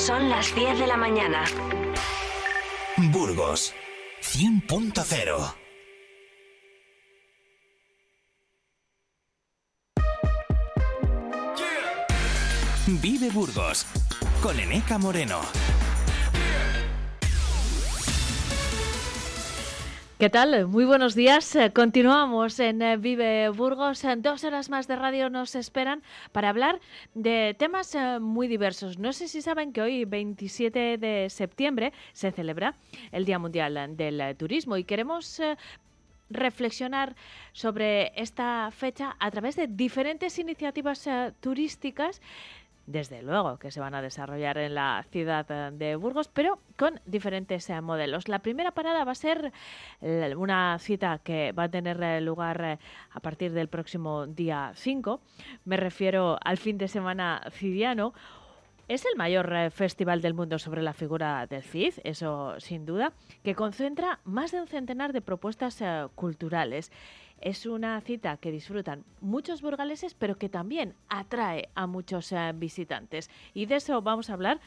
Son las 10 de la mañana. Burgos 100.0. Vive Burgos con Eneca Moreno. ¿Qué tal? Muy buenos días. Continuamos en Vive Burgos. 2 horas más de radio nos esperan para hablar de temas muy diversos. No sé si saben que hoy, 27 de septiembre, se celebra el Día Mundial del Turismo y queremos reflexionar sobre esta fecha a través de diferentes iniciativas turísticas, desde luego que se van a desarrollar en la ciudad de Burgos, pero con diferentes modelos. La primera parada va a ser una cita que va a tener lugar a partir del próximo día 5. Me refiero al fin de semana cidiano. Es el mayor festival del mundo sobre la figura del Cid, eso sin duda, que concentra más de un centenar de propuestas culturales. Es una cita que disfrutan muchos burgaleses, pero que también atrae a muchos visitantes. Y de eso vamos a hablar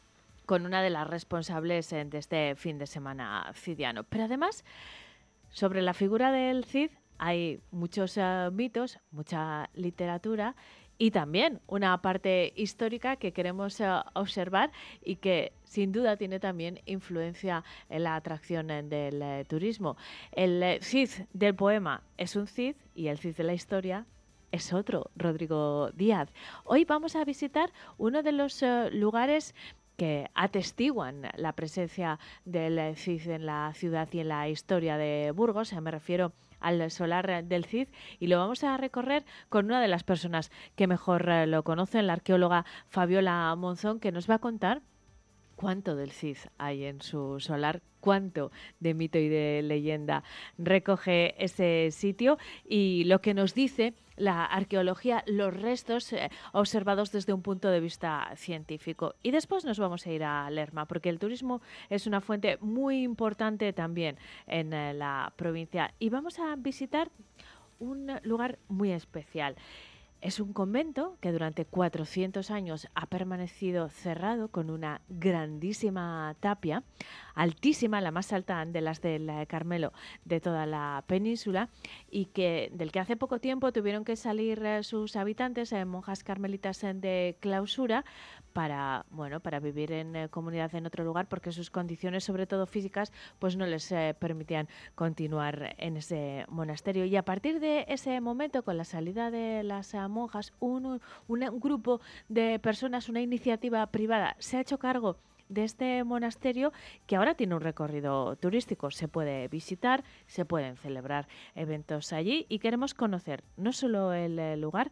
con una de las responsables de este fin de semana cidiano. Pero además, sobre la figura del Cid hay muchos mitos, mucha literatura y también una parte histórica que queremos observar y que sin duda tiene también influencia en la atracción del turismo. El Cid del poema es un Cid y el Cid de la historia es otro, Rodrigo Díaz. Hoy vamos a visitar uno de los lugares que atestiguan la presencia del Cid en la ciudad y en la historia de Burgos. Me refiero al solar del Cid, y lo vamos a recorrer con una de las personas que mejor lo conocen, la arqueóloga Fabiola Monzón, que nos va a contar cuánto del Cid hay en su solar, cuánto de mito y de leyenda recoge ese sitio y lo que nos dice la arqueología, los restos observados desde un punto de vista científico. Y después nos vamos a ir a Lerma, porque el turismo es una fuente muy importante también en la provincia. Y vamos a visitar un lugar muy especial. Es un convento que durante 400 años ha permanecido cerrado con una grandísima tapia, altísima, la más alta de las del Carmelo de toda la península, y del que hace poco tiempo tuvieron que salir sus habitantes, monjas carmelitas de clausura, para vivir en comunidad en otro lugar, porque sus condiciones, sobre todo físicas, pues no les permitían continuar en ese monasterio. Y a partir de ese momento, con la salida de las monjas, un grupo de personas, una iniciativa privada, se ha hecho cargo de este monasterio, que ahora tiene un recorrido turístico. Se puede visitar, se pueden celebrar eventos allí, y queremos conocer no solo el lugar,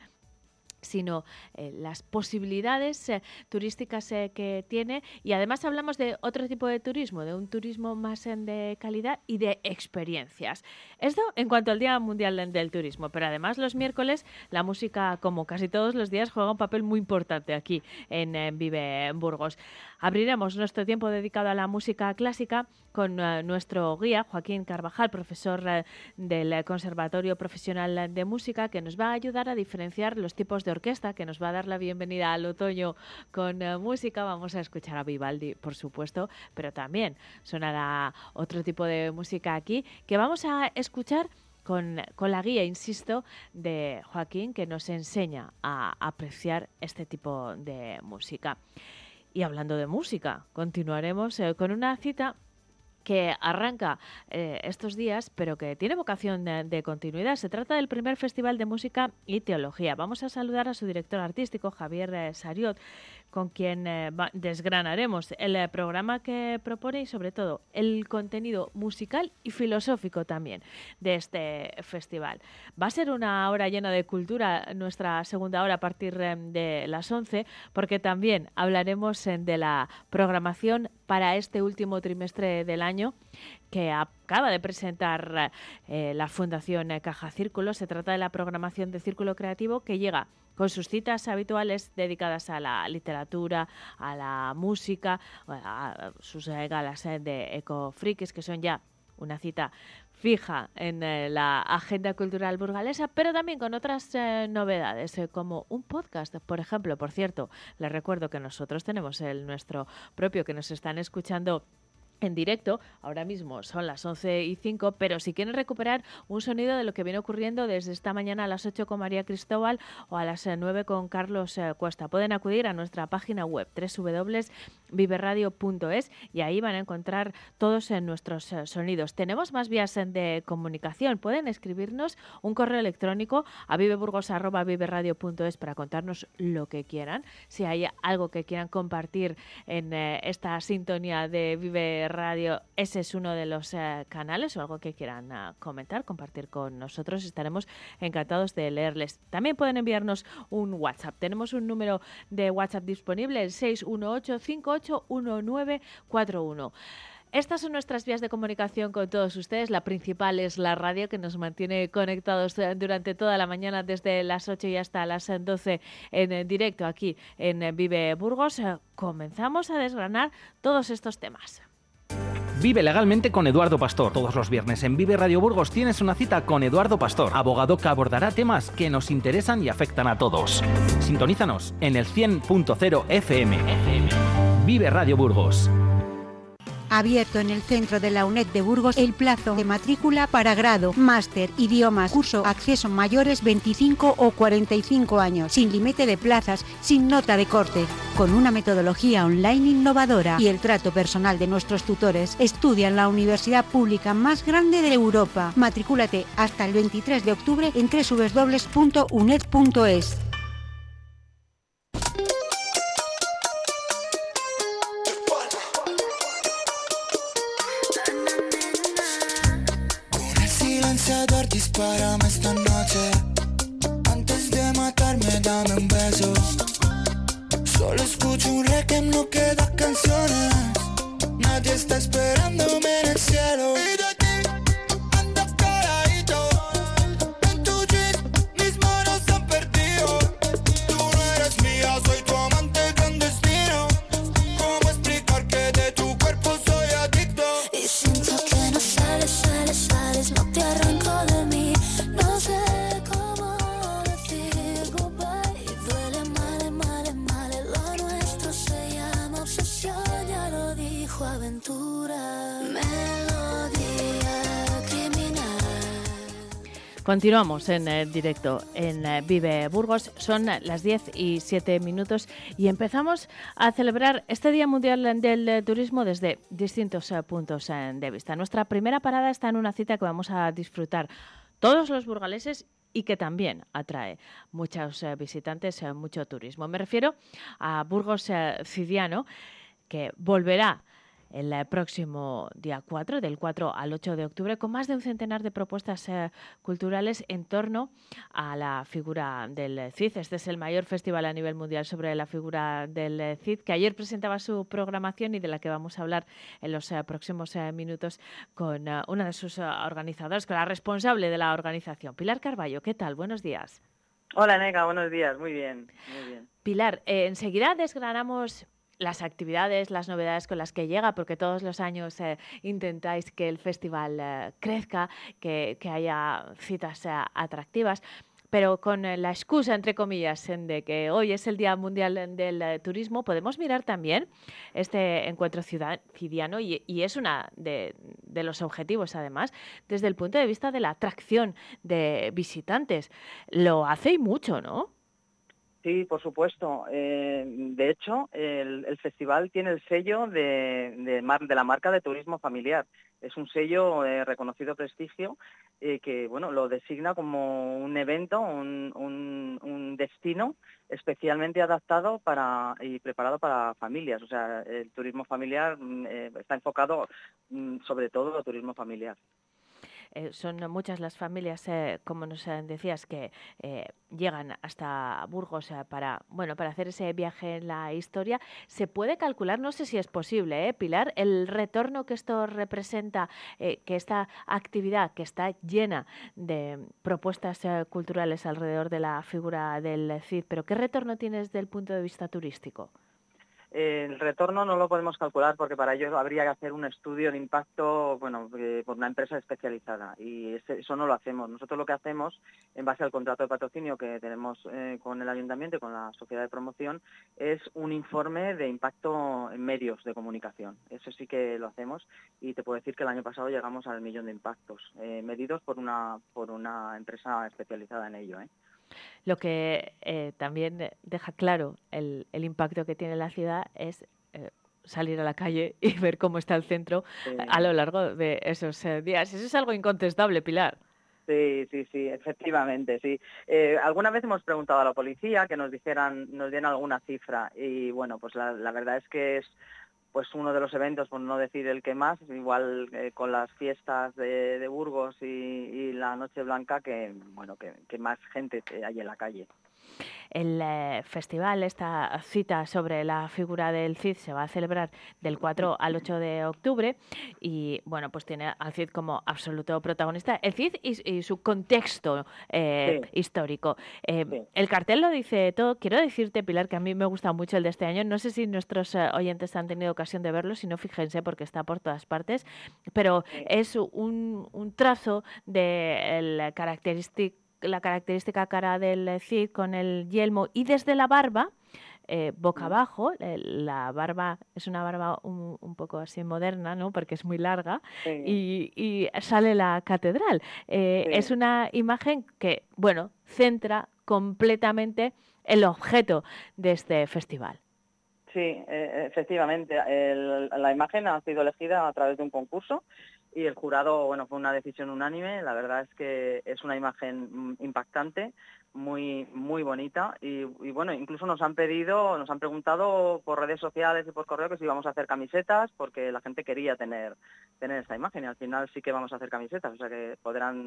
sino las posibilidades turísticas que tiene. Y además hablamos de otro tipo de turismo, de un turismo más de calidad y de experiencias. Esto en cuanto al Día Mundial del Turismo, pero además los miércoles la música, como casi todos los días, juega un papel muy importante aquí en Vive Burgos. Abriremos nuestro tiempo dedicado a la música clásica con nuestro guía, Joaquín Carvajal, profesor del Conservatorio Profesional de Música, que nos va a ayudar a diferenciar los tipos de orquesta, que nos va a dar la bienvenida al otoño con música. Vamos a escuchar a Vivaldi, por supuesto, pero también sonará otro tipo de música aquí, que vamos a escuchar con la guía, insisto, de Joaquín, que nos enseña a apreciar este tipo de música. Y hablando de música, continuaremos con una cita que arranca estos días, pero que tiene vocación de continuidad. Se trata del primer Festival de Música y Teología. Vamos a saludar a su director artístico, Javier Sariot, con quien desgranaremos el programa que propone y, sobre todo, el contenido musical y filosófico también de este festival. Va a ser una hora llena de cultura, nuestra segunda hora a partir de las 11, porque también hablaremos de la programación para este último trimestre del año que acaba de presentar la Fundación Caja Círculo. Se trata de la programación de Círculo Creativo, que llega con sus citas habituales dedicadas a la literatura, a la música, a sus galas de Ecofrikis, que son ya una cita fija en la agenda cultural burgalesa, pero también con otras novedades, como un podcast, por ejemplo. Por cierto, les recuerdo que nosotros tenemos el nuestro propio, que nos están escuchando en directo. Ahora mismo son las 11:05, pero si quieren recuperar un sonido de lo que viene ocurriendo desde esta mañana a las 8 con María Cristóbal o a las 9 con Carlos Cuesta, pueden acudir a nuestra página web www.viveradio.es y ahí van a encontrar todos nuestros sonidos. Tenemos más vías de comunicación. Pueden escribirnos un correo electrónico a viveburgos@viveradio.es para contarnos lo que quieran. Si hay algo que quieran compartir en esta sintonía de Vive Radio, ese es uno de los canales, o algo que quieran comentar, compartir con nosotros, estaremos encantados de leerles. También pueden enviarnos un WhatsApp. Tenemos un número de WhatsApp disponible, el 618-581941. Estas son nuestras vías de comunicación con todos ustedes. La principal es la radio, que nos mantiene conectados durante toda la mañana, desde las 8 y hasta las 12 en directo aquí en Vive Burgos. Comenzamos a desgranar todos estos temas. Vive legalmente con Eduardo Pastor. Todos los viernes en Vive Radio Burgos tienes una cita con Eduardo Pastor, abogado que abordará temas que nos interesan y afectan a todos. Sintonízanos en el 100.0 FM. Vive Radio Burgos. Abierto en el centro de la UNED de Burgos el plazo de matrícula para grado, máster, idiomas, curso, acceso mayores 25 o 45 años, sin límite de plazas, sin nota de corte. Con una metodología online innovadora y el trato personal de nuestros tutores, estudia en la universidad pública más grande de Europa. Matricúlate hasta el 23 de octubre en www.uned.es. Dispárame esta noche, antes de matarme dame un beso. Solo escucho un reggae, no quedan canciones. Nadie está esperándome en el cielo. Y de ti ando caradito, en tu jeep mis manos se han perdido. Tú no eres mía, soy tu amante clandestino. ¿Cómo explicar que de tu cuerpo soy adicto? Y siento que no sales, sales, sales, no te arranco de mí. No sé cómo decir goodbye. Y duele mal, mal, mal. Lo nuestro se llama obsesión. Ya lo dijo Aventura. Melodía criminal. Continuamos en directo en Vive Burgos. Son las 10:07 y empezamos a celebrar este Día Mundial del Turismo desde distintos puntos de vista. Nuestra primera parada está en una cita que vamos a disfrutar todos los burgaleses y que también atrae muchos visitantes, mucho turismo. Me refiero a Burgos Cidiano, que volverá el próximo día 4, del 4 al 8 de octubre, con más de un centenar de propuestas culturales en torno a la figura del Cid. Este es el mayor festival a nivel mundial sobre la figura del Cid, que ayer presentaba su programación y de la que vamos a hablar en los próximos minutos con una de sus organizadoras, con la responsable de la organización, Pilar Carballo. ¿Qué tal? Buenos días. Hola, Nega, buenos días. Muy bien, muy bien. Pilar, enseguida desgranamos las actividades, las novedades con las que llega, porque todos los años intentáis que el festival crezca, que haya citas atractivas, pero con la excusa, entre comillas, de que hoy es el Día Mundial del Turismo, podemos mirar también este encuentro cidiano y es uno de los objetivos, además, desde el punto de vista de la atracción de visitantes. Lo hace y mucho, ¿no? Sí, por supuesto. De hecho, el festival tiene el sello de la marca de turismo familiar. Es un sello de reconocido prestigio que, bueno, lo designa como un evento, un destino especialmente adaptado y preparado para familias. O sea, el turismo familiar está enfocado sobre todo al turismo familiar. Son muchas las familias, como nos decías, que llegan hasta Burgos para hacer ese viaje en la historia. ¿Se puede calcular, no sé si es posible, Pilar, el retorno que esto representa, que esta actividad que está llena de propuestas culturales alrededor de la figura del Cid, pero qué retorno tiene desde el punto de vista turístico? El retorno no lo podemos calcular porque para ello habría que hacer un estudio de impacto, bueno, por una empresa especializada, y eso no lo hacemos. Nosotros lo que hacemos, en base al contrato de patrocinio que tenemos con el ayuntamiento y con la sociedad de promoción, es un informe de impacto en medios de comunicación. Eso sí que lo hacemos, y te puedo decir que el año pasado llegamos al 1.000.000 de impactos, medidos por una empresa especializada en ello, ¿eh? Lo que también deja claro el impacto que tiene la ciudad es salir a la calle y ver cómo está el centro a lo largo de esos días. Eso es algo incontestable, Pilar. Sí, efectivamente, sí. Alguna vez hemos preguntado a la policía que nos dieran alguna cifra, y bueno, pues la verdad es que es pues uno de los eventos, por no decir el que más, igual con las fiestas de Burgos y la Noche Blanca, que bueno, que más gente hay en la calle. El festival, esta cita sobre la figura del Cid, se va a celebrar del 4 al 8 de octubre y, bueno, pues tiene al Cid como absoluto protagonista. El Cid y su contexto histórico. Sí. El cartel lo dice todo. Quiero decirte, Pilar, que a mí me gusta mucho el de este año. No sé si nuestros oyentes han tenido ocasión de verlo, si no, fíjense, porque está por todas partes. Pero es un trazo de la característica cara del Cid con el yelmo y desde la barba, boca abajo. La barba es una barba un poco así moderna, ¿no? Porque es muy larga, y sale la catedral. Es una imagen que, bueno, centra completamente el objeto de este festival. Sí, efectivamente. La imagen ha sido elegida a través de un concurso y el jurado, bueno, fue una decisión unánime. La verdad es que es una imagen impactante, muy bonita, y bueno, incluso nos han preguntado por redes sociales y por correo que si íbamos a hacer camisetas, porque la gente quería tener esa imagen, y al final sí que vamos a hacer camisetas, o sea que podrán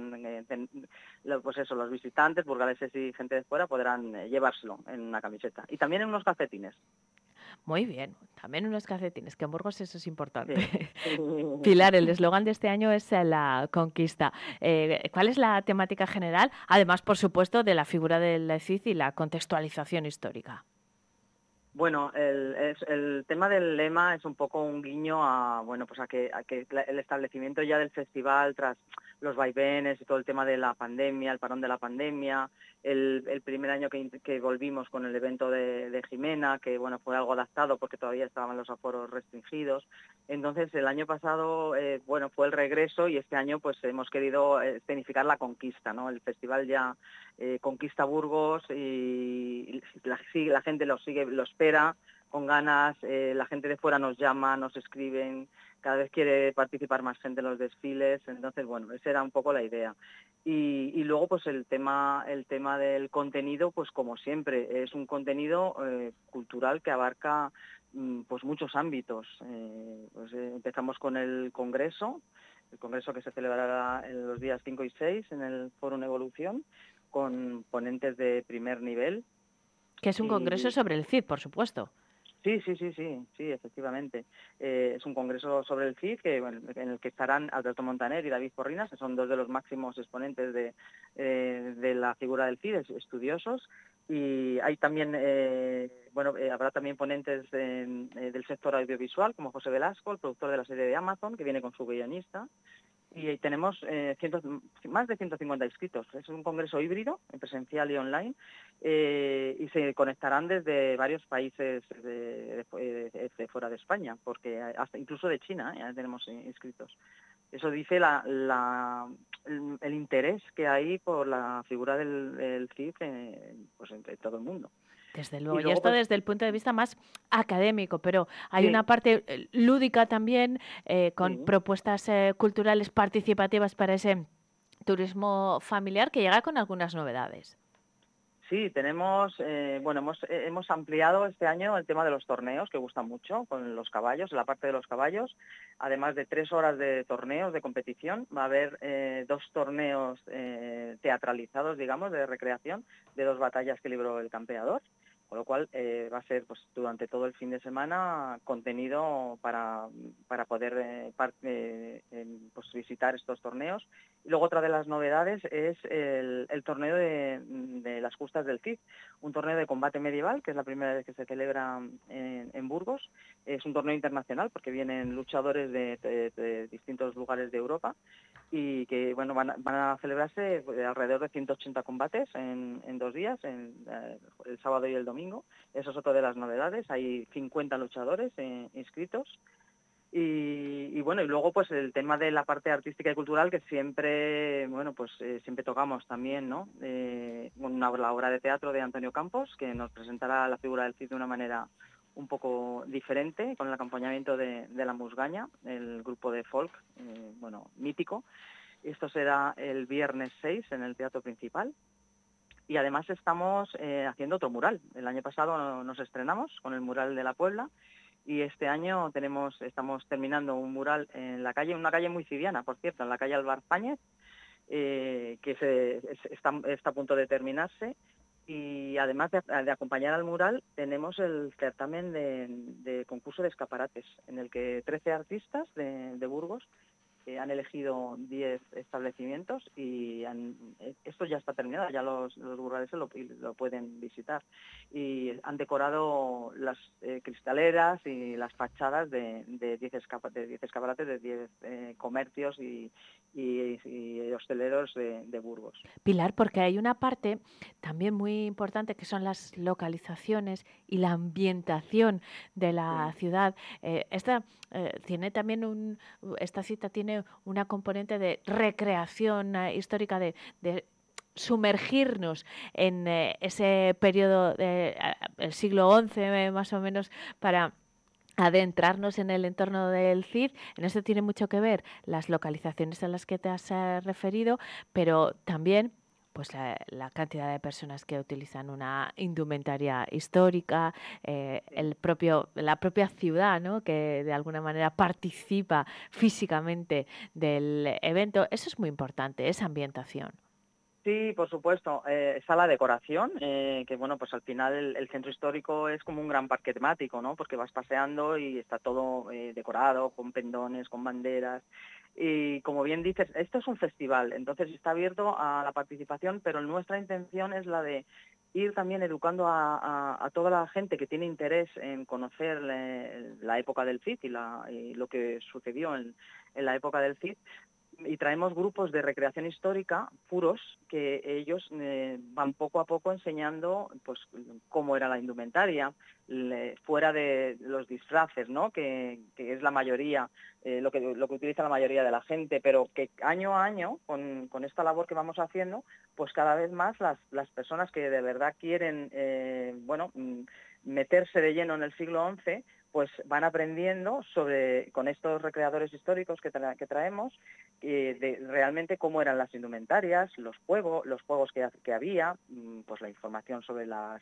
pues eso, los visitantes, burgaleses y gente de fuera podrán llevárselo en una camiseta, y también en unos calcetines. Muy bien, también unos calcetines, que en Burgos eso es importante. Sí. Pilar, el eslogan de este año es la conquista. ¿Cuál es la temática general? Además, por supuesto, de la figura del Cid y la contextualización histórica. Bueno, el tema del lema es un poco un guiño a que el establecimiento ya del festival, tras los vaivenes y todo el tema de la pandemia, el parón de la pandemia, el primer año que volvimos con el evento de Jimena, que bueno, fue algo adaptado porque todavía estaban los aforos restringidos. Entonces el año pasado fue el regreso, y este año pues hemos querido escenificar la conquista, ¿no? El festival ya conquista Burgos, y la gente lo espera con ganas. La gente de fuera nos llama, nos escriben, cada vez quiere participar más gente en los desfiles. Entonces, bueno, esa era un poco la idea. Y luego pues el tema del contenido, pues como siempre, es un contenido cultural que abarca pues muchos ámbitos. Empezamos con el congreso que se celebrará en los días 5 y 6 en el Fórum Evolución, con ponentes de primer nivel. Que es un congreso sobre el Cid, por supuesto. Sí, efectivamente. Es un congreso sobre el Cid en el que estarán Alberto Montaner y David Porrinas, que son dos de los máximos exponentes de la figura del Cid, estudiosos. Y hay también, habrá también ponentes del sector audiovisual, como José Velasco, el productor de la serie de Amazon, que viene con su guionista. Y tenemos más de 150 inscritos. Es un congreso híbrido, presencial y online, y se conectarán desde varios países de fuera de España, porque hasta incluso de China ya tenemos inscritos. Eso dice el interés que hay por la figura del Cid entre todo el mundo. Desde luego, y esto desde el punto de vista más académico, pero hay una parte lúdica también, con propuestas culturales participativas para ese turismo familiar, que llega con algunas novedades. Sí, tenemos, hemos ampliado este año el tema de los torneos, que gusta mucho, con los caballos, la parte de los caballos. Además de 3 horas de torneos de competición, va a haber 2 torneos teatralizados, digamos, de recreación, de 2 batallas que libró el campeador, con lo cual va a ser pues durante todo el fin de semana contenido para poder pues visitar estos torneos. Y luego otra de las novedades es el torneo de las justas del Cid, un torneo de combate medieval, que es la primera vez que se celebra en Burgos. Es un torneo internacional porque vienen luchadores de distintos lugares de Europa y que bueno van a celebrarse alrededor de 180 combates en 2 días, el sábado y el domingo. Eso es otra de las novedades. Hay 50 luchadores inscritos. Y bueno, y luego pues el tema de la parte artística y cultural que siempre, bueno, pues siempre tocamos también, ¿no? La obra de teatro de Antonio Campos, que nos presentará la figura del Cid de una manera un poco diferente, con el acompañamiento de la Musgaña, el grupo de folk, bueno, mítico. Esto será el viernes 6 en el Teatro Principal. Y además estamos haciendo otro mural. El año pasado nos estrenamos con el mural de la Puebla. Y este año estamos terminando un mural en una calle muy civiana, por cierto, en la calle Álvar Fáñez, que está a punto de terminarse. Y además de acompañar al mural, tenemos el certamen de concurso de escaparates, en el que 13 artistas de Burgos han elegido 10 establecimientos y esto ya está terminado, ya los burgaleses lo pueden visitar. Y han decorado las cristaleras y las fachadas de 10 escaparates de 10 comercios y hosteleros de Burgos. Pilar, porque hay una parte también muy importante que son las localizaciones y la ambientación de la ciudad. Esta cita tiene una componente de recreación histórica, de sumergirnos en ese periodo del siglo XI más o menos para adentrarnos en el entorno del Cid. En esto tiene mucho que ver las localizaciones a las que te has referido, pero también pues la cantidad de personas que utilizan una indumentaria histórica, la propia ciudad, ¿no?, que de alguna manera participa físicamente del evento. Eso es muy importante, esa ambientación. Sí, por supuesto. Está la decoración, que bueno, pues al final el centro histórico es como un gran parque temático, ¿no? Porque vas paseando y está todo decorado, con pendones, con banderas. Y como bien dices, esto es un festival, entonces está abierto a la participación, pero nuestra intención es la de ir también educando a toda la gente que tiene interés en conocer la época del Cid y lo que sucedió en la época del Cid. Y traemos grupos de recreación histórica puros que ellos van poco a poco enseñando pues cómo era la indumentaria, fuera de los disfraces, ¿no?, que es la mayoría, lo que utiliza la mayoría de la gente, pero que año a año, con esta labor que vamos haciendo, pues cada vez más las personas que de verdad quieren meterse de lleno en el siglo XI, pues van aprendiendo con estos recreadores históricos que traemos, de realmente cómo eran las indumentarias, los juegos que había, pues la información sobre las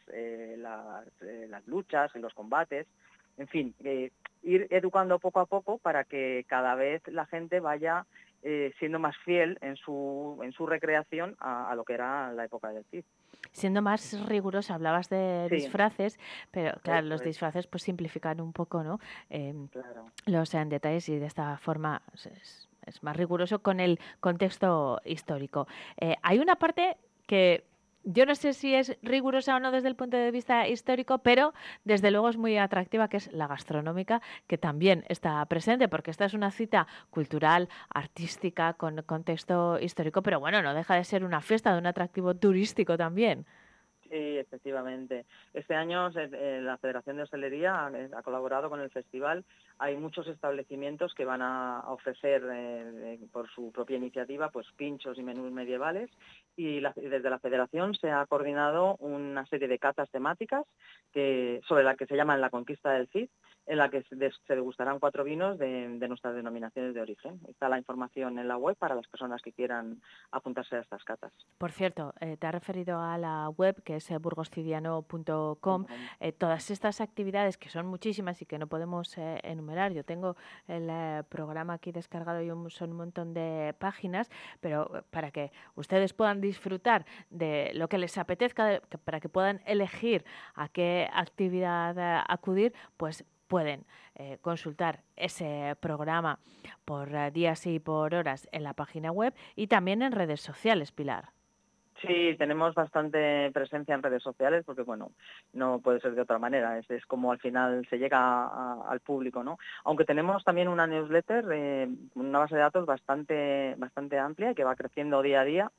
luchas y los combates, en fin, ir educando poco a poco para que cada vez la gente vaya siendo más fiel en su recreación a lo que era la época del Cid. Siendo más rigurosa, hablabas de disfraces, pero claro, los es. disfraces pues simplifican un poco, ¿no? Claro. Los detalles, y de esta forma es más riguroso con el contexto histórico. Hay una parte que yo no sé si es rigurosa o no desde el punto de vista histórico, pero desde luego es muy atractiva, que es la gastronómica, que también está presente, porque esta es una cita cultural, artística, con contexto histórico, pero bueno, no deja de ser una fiesta, de un atractivo turístico también. Sí, efectivamente. Este año la Federación de Hostelería ha colaborado con el festival. Hay muchos establecimientos que van a ofrecer por su propia iniciativa pues pinchos y menús medievales, y desde la Federación se ha coordinado una serie de catas temáticas sobre la que se llaman La Conquista del Cid, en la que se degustarán 4 vinos de nuestras denominaciones de origen. Está la información en la web para las personas que quieran apuntarse a estas catas. Por cierto, te has referido a la web, que es burgosciviano.com. Todas estas actividades, que son muchísimas y que no podemos enumerar, yo tengo el programa aquí descargado y son un montón de páginas, pero para que ustedes puedan quieran disfrutar de lo que les apetezca, para que puedan elegir a qué actividad acudir, pues pueden consultar ese programa por días y por horas en la página web y también en redes sociales, Pilar. Sí, tenemos bastante presencia en redes sociales porque, bueno, no puede ser de otra manera. Es como al final se llega al público, ¿no? Aunque tenemos también una newsletter, una base de datos bastante amplia que va creciendo día a día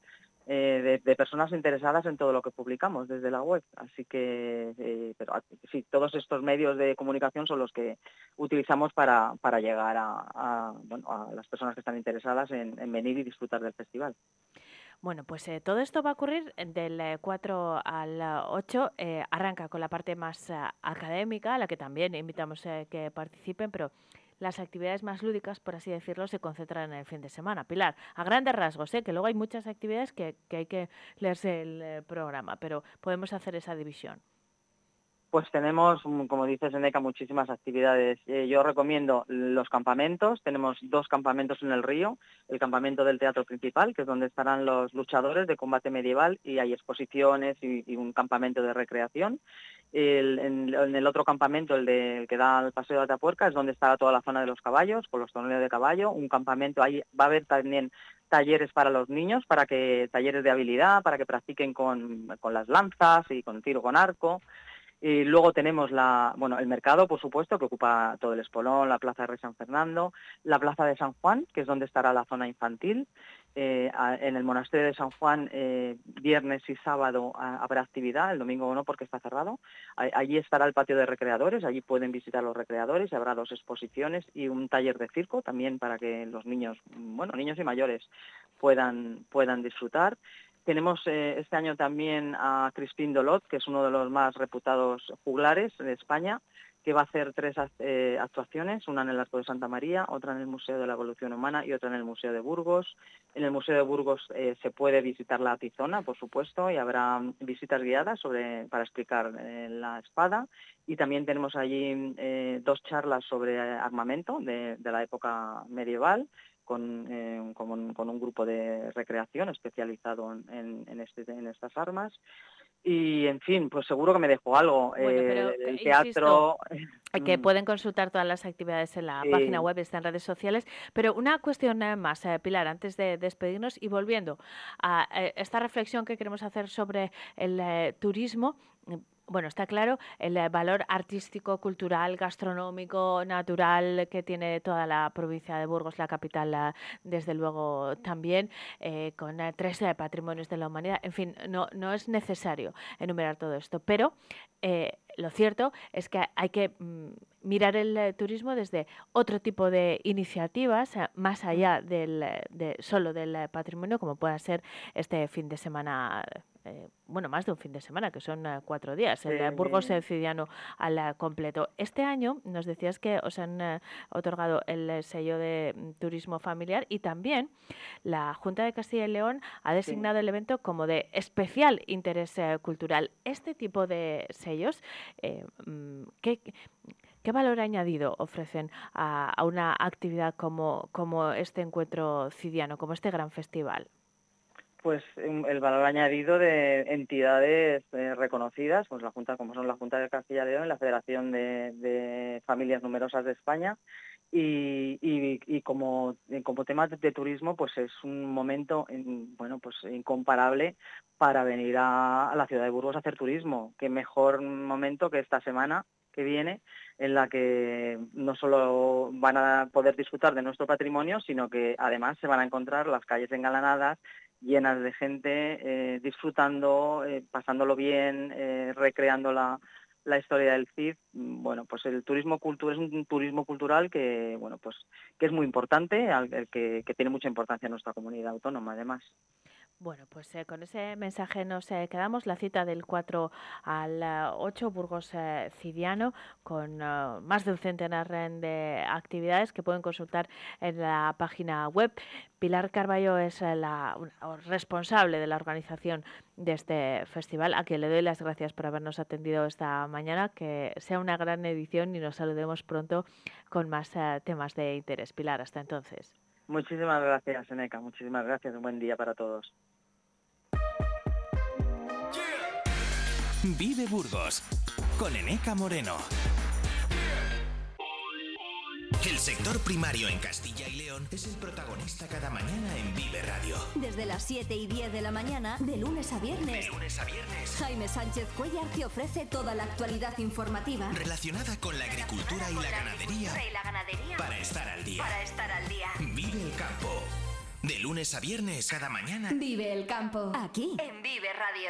de personas interesadas en todo lo que publicamos desde la web. Así que, pero sí, todos estos medios de comunicación son los que utilizamos para llegar a las personas que están interesadas en venir y disfrutar del festival. Bueno, pues todo esto va a ocurrir del 4 al 8. Arranca con la parte más académica, a la que también invitamos que participen, pero las actividades más lúdicas, por así decirlo, se concentran en el fin de semana. Pilar, a grandes rasgos, que luego hay muchas actividades que hay que leerse el programa, pero podemos hacer esa división. Pues tenemos, como dices, Eneca, muchísimas actividades. Yo recomiendo los campamentos. Tenemos 2 campamentos en el río. El campamento del Teatro Principal, que es donde estarán los luchadores de combate medieval, y hay exposiciones y un campamento de recreación. En el otro campamento, el que da al Paseo de Atapuerca, es donde está toda la zona de los caballos, con los torneos de caballo. Un campamento, ahí va a haber también talleres para los niños, talleres de habilidad, para que practiquen con las lanzas y con tiro con arco. Y luego tenemos el mercado, por supuesto, que ocupa todo el Espolón, la Plaza de Rey San Fernando, la Plaza de San Juan, que es donde estará la zona infantil. En el Monasterio de San Juan, viernes y sábado habrá actividad, el domingo no porque está cerrado. Allí estará el patio de recreadores, allí pueden visitar los recreadores y habrá 2 exposiciones y un taller de circo también para que los niños, niños y mayores puedan disfrutar. Tenemos este año también a Crispín Dolot, que es uno de los más reputados juglares de España, que va a hacer 3 actuaciones, una en el Arco de Santa María, otra en el Museo de la Evolución Humana y otra en el Museo de Burgos. En el Museo de Burgos se puede visitar la Tizona, por supuesto, y habrá visitas guiadas para explicar la espada. Y también tenemos allí 2 charlas sobre armamento de la época medieval, con un grupo de recreación especializado en estas armas. Y, en fin, pues seguro que me dejo algo. Bueno, pero el teatro... que pueden consultar todas las actividades en la página web, está en redes sociales. Pero una cuestión más, Pilar, antes de despedirnos y volviendo a esta reflexión que queremos hacer sobre el turismo. Bueno, está claro el valor artístico, cultural, gastronómico, natural que tiene toda la provincia de Burgos, la capital, desde luego también, con 3 patrimonios de la humanidad. En fin, no es necesario enumerar todo esto, pero lo cierto es que hay que mirar el turismo desde otro tipo de iniciativas, más allá solo del patrimonio, como pueda ser este fin de semana. Más de un fin de semana, que son 4 días, el Burgos Cidiano al completo. Este año nos decías que os han otorgado el sello de turismo familiar y también la Junta de Castilla y León ha designado el evento como de especial interés cultural. Este tipo de sellos, ¿qué valor añadido ofrecen a una actividad como este encuentro cidiano, como este gran festival? Pues el valor añadido de entidades reconocidas, pues como son la Junta de Castilla y León y la Federación de Familias Numerosas de España, y como tema de turismo, pues es un momento incomparable para venir a la ciudad de Burgos a hacer turismo. Qué mejor momento que esta semana que viene, en la que no solo van a poder disfrutar de nuestro patrimonio, sino que además se van a encontrar las calles engalanadas, llenas de gente, disfrutando, pasándolo bien, recreando la historia del Cid. Bueno, pues el turismo es un turismo cultural que es muy importante, que tiene mucha importancia en nuestra comunidad autónoma, además. Bueno, pues con ese mensaje nos quedamos. La cita del 4 al 8, Burgos Cidiano, con más de un centenar de actividades que pueden consultar en la página web. Pilar Carballo es la responsable de la organización de este festival, a quien le doy las gracias por habernos atendido esta mañana. Que sea una gran edición y nos saludemos pronto con más temas de interés. Pilar, hasta entonces. Muchísimas gracias, Eneca. Muchísimas gracias. Un buen día para todos. Vive Burgos con Eneca Moreno. El sector primario en Castilla y León es el protagonista cada mañana en Vive Radio. Desde las 7:10 de la mañana, de lunes a viernes. Jaime Sánchez Cuellar te ofrece toda la actualidad informativa Relacionada con la agricultura y la ganadería. Para estar al día. Vive el campo. De lunes a viernes cada mañana. Vive el campo. Aquí, en Vive Radio.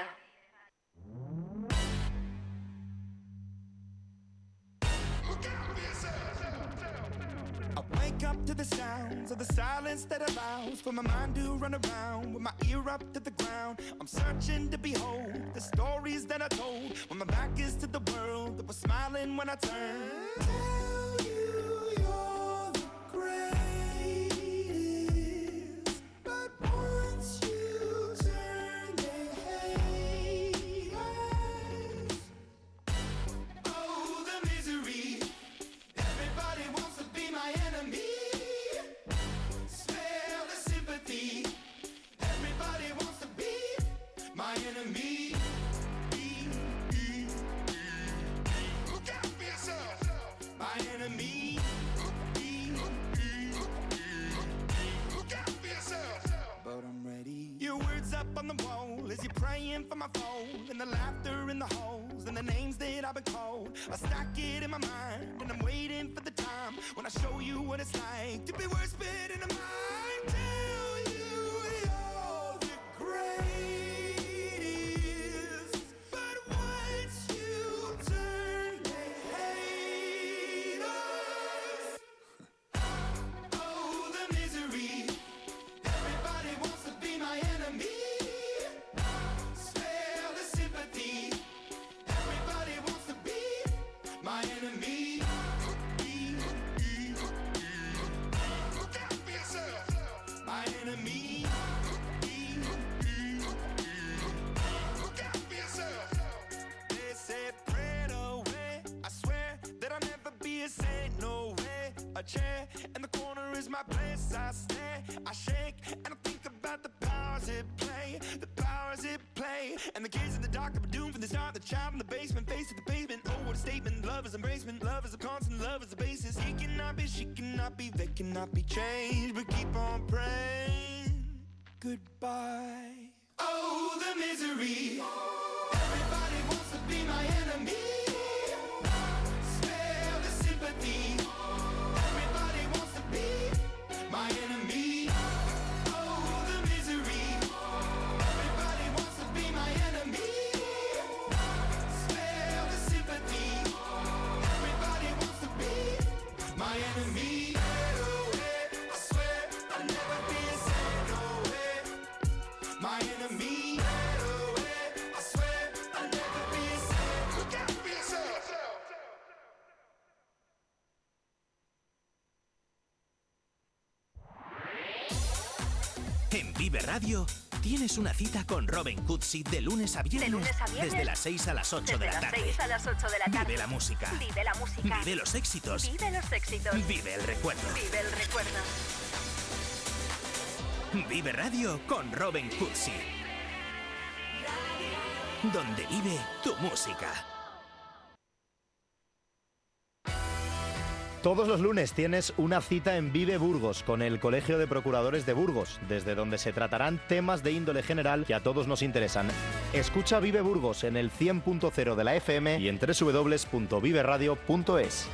Wake up to the sounds of the silence that allows for my mind to run around with my ear up to the ground. I'm searching to behold the stories that I told when my back is to the world that was smiling when I turned. Tell you you're the greatest, but once you turn they hate us. Oh, the misery. Everybody wants to be my enemy. Smell the sympathy. Everybody wants to be my enemy. Look out for yourself. My enemy. Look out for yourself. But I'm ready. Your words up on the wall as you're praying for my phone, and the laughter in the halls and the names that I've been called. I stack it in my mind and I'm waiting for the time when I show you what it's like to be worse fit in a mind. Tell you you're the greatest, but once you turn they hate us. Oh, the misery. Everybody wants to be my enemy. Spare the sympathy. Everybody wants to be my enemy. Look out for yourself. My enemy. Look out for yourself. They said pray away. I swear that I'll never be a saint. No way. A chair in the corner is my place. I stare, I shake, and I think about the powers at play. The powers at play. And the kids in the dark are doomed from the start. The child in the basement, face to the pavement. Oh, what a statement. Love is embracement. Love is a constant. Love is the basis. He cannot be, she cannot be, they cannot be changed. But keep on praying. Goodbye. Oh, the misery. Everybody wants to be my enemy. Spare the sympathy. Everybody wants to be my enemy. Oh, the misery. Everybody wants to be my enemy. Spare the sympathy. Everybody wants to be my enemy. I swear I'll never be a saint. No way. My enemy. I swear I'll never be a saint. Look out for yourself. En Vive Radio tienes una cita con Robin Cutsi de lunes a viernes. Desde las 6 a las 8 de la tarde. Vive la música. Vive los éxitos. Vive el recuerdo. Vive Radio con Robin Cutsi. Donde vive tu música. Todos los lunes tienes una cita en Vive Burgos con el Colegio de Procuradores de Burgos, desde donde se tratarán temas de índole general que a todos nos interesan. Escucha Vive Burgos en el 100.0 de la FM y en www.viveradio.es.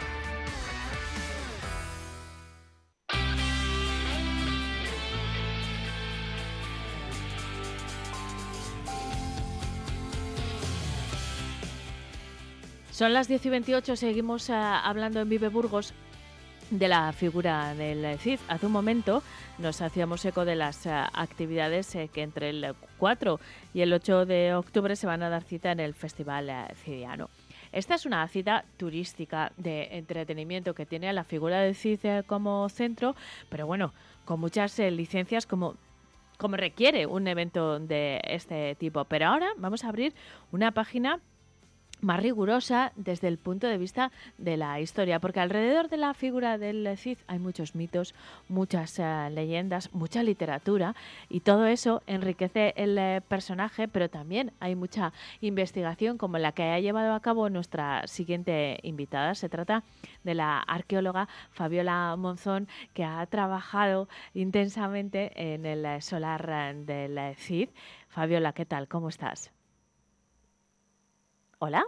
Son las 10:28, seguimos hablando en Vive Burgos de la figura del Cid. Hace un momento nos hacíamos eco de las actividades que entre el 4 y el 8 de octubre se van a dar cita en el Festival Cidiano. Esta es una cita turística de entretenimiento que tiene a la figura del Cid como centro, pero bueno, con muchas licencias como requiere un evento de este tipo. Pero ahora vamos a abrir una página más rigurosa desde el punto de vista de la historia, porque alrededor de la figura del Cid hay muchos mitos, muchas leyendas, mucha literatura, y todo eso enriquece el personaje, pero también hay mucha investigación como la que ha llevado a cabo nuestra siguiente invitada. Se trata de la arqueóloga Fabiola Monzón, que ha trabajado intensamente en el solar del Cid. Fabiola, ¿qué tal? ¿Cómo estás? ¿Hola?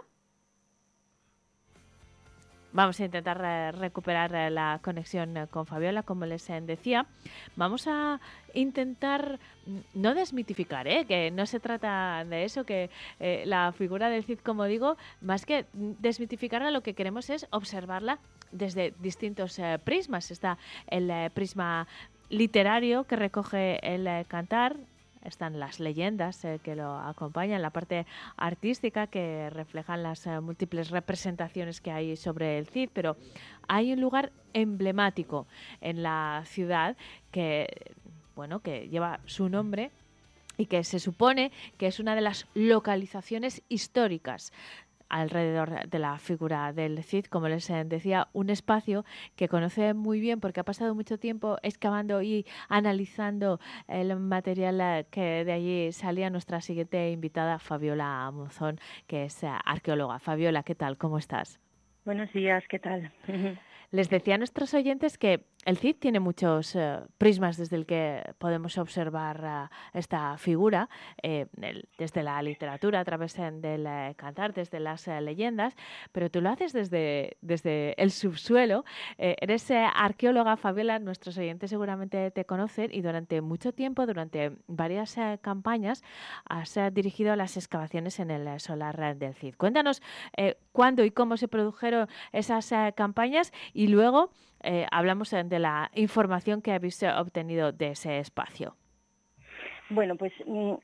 Vamos a intentar recuperar la conexión con Fabiola, como les decía. Vamos a intentar no desmitificar, que no se trata de eso, que la figura del Cid, como digo, más que desmitificarla, lo que queremos es observarla desde distintos prismas. Está el prisma literario que recoge el cantar. Están las leyendas que lo acompañan, la parte artística que reflejan las múltiples representaciones que hay sobre el Cid, pero hay un lugar emblemático en la ciudad que lleva su nombre y que se supone que es una de las localizaciones históricas alrededor de la figura del Cid, como les decía, un espacio que conoce muy bien porque ha pasado mucho tiempo excavando y analizando el material que de allí salía. Nuestra siguiente invitada, Fabiola Monzón, que es arqueóloga. Fabiola, ¿qué tal? ¿Cómo estás? Buenos días, ¿qué tal? Les decía a nuestros oyentes que el Cid tiene muchos prismas desde el que podemos observar esta figura, desde la literatura, a través del cantar, desde las leyendas, pero tú lo haces desde el subsuelo. Eres arqueóloga, Fabiola, nuestros oyentes seguramente te conocen, y durante mucho tiempo, durante varias campañas, has dirigido las excavaciones en el solar del Cid. Cuéntanos cuándo y cómo se produjeron esas campañas, y luego hablamos de la información que habéis obtenido de ese espacio. Bueno, pues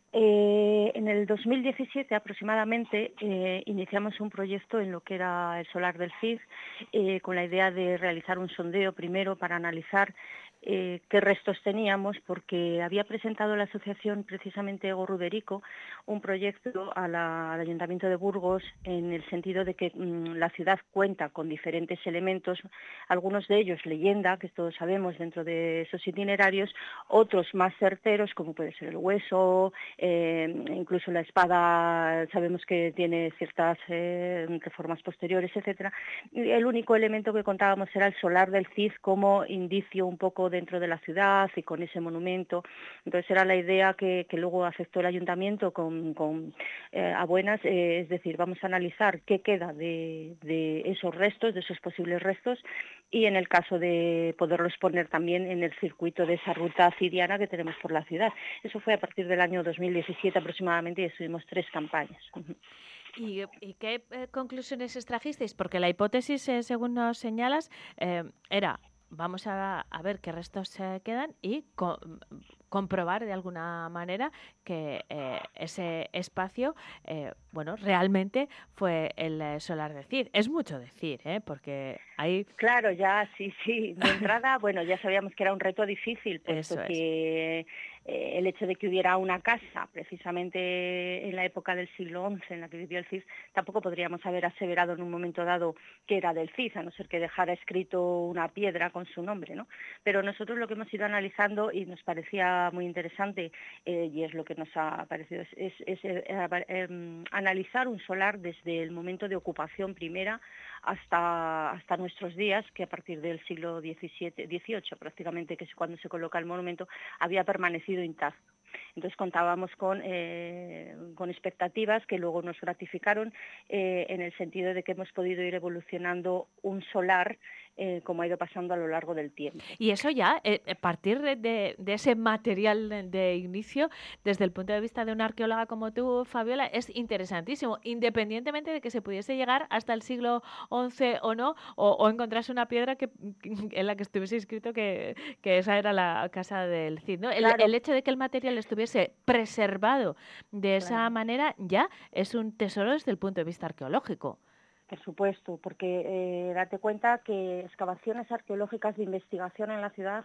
en el 2017 aproximadamente iniciamos un proyecto en lo que era el solar del Cid, con la idea de realizar un sondeo primero para analizar qué restos teníamos, porque había presentado la asociación, precisamente Ego Ruderico, un proyecto al Ayuntamiento de Burgos en el sentido de que la ciudad cuenta con diferentes elementos, algunos de ellos leyenda, que todos sabemos dentro de esos itinerarios, otros más certeros, como puede ser el hueso, incluso la espada, sabemos que tiene ciertas reformas posteriores, etcétera. Y el único elemento que contábamos era el solar del Cid como indicio un poco dentro de la ciudad y con ese monumento. Entonces era la idea que luego aceptó el ayuntamiento a buenas, es decir, vamos a analizar qué queda de esos restos, de esos posibles restos, y en el caso de poderlos poner también en el circuito de esa ruta cidiana que tenemos por la ciudad. Eso fue a partir del año 2017 aproximadamente, y estuvimos 3 campañas. ¿Y qué conclusiones extrajisteis? Porque la hipótesis, según nos señalas, era: vamos a ver qué restos quedan y comprobar de alguna manera que ese espacio, realmente fue el solar del Cid. Es mucho decir, porque hay... Claro, ya, sí. De entrada, ya sabíamos que era un reto difícil, puesto que el hecho de que hubiera una casa, precisamente en la época del siglo XI en la que vivió el Cid, tampoco podríamos haber aseverado en un momento dado que era del Cid, a no ser que dejara escrito una piedra con su nombre, ¿no? Pero nosotros lo que hemos ido analizando, y nos parecía muy interesante, y es lo que nos ha parecido, es analizar un solar desde el momento de ocupación primera hasta nuestros días, que a partir del siglo XVIII prácticamente, que es cuando se coloca el monumento, había permanecido intacto. Entonces contábamos con expectativas que luego nos gratificaron, en el sentido de que hemos podido ir evolucionando un solar como ha ido pasando a lo largo del tiempo. Y eso ya, a partir de ese material de inicio, desde el punto de vista de una arqueóloga como tú, Fabiola, es interesantísimo, independientemente de que se pudiese llegar hasta el siglo XI o no, o encontrarse una piedra en la que estuviese escrito que esa era la casa del Cid, ¿no? Claro. El hecho de que el material estuviese preservado de esa manera ya es un tesoro desde el punto de vista arqueológico. Por supuesto, porque date cuenta que excavaciones arqueológicas de investigación en la ciudad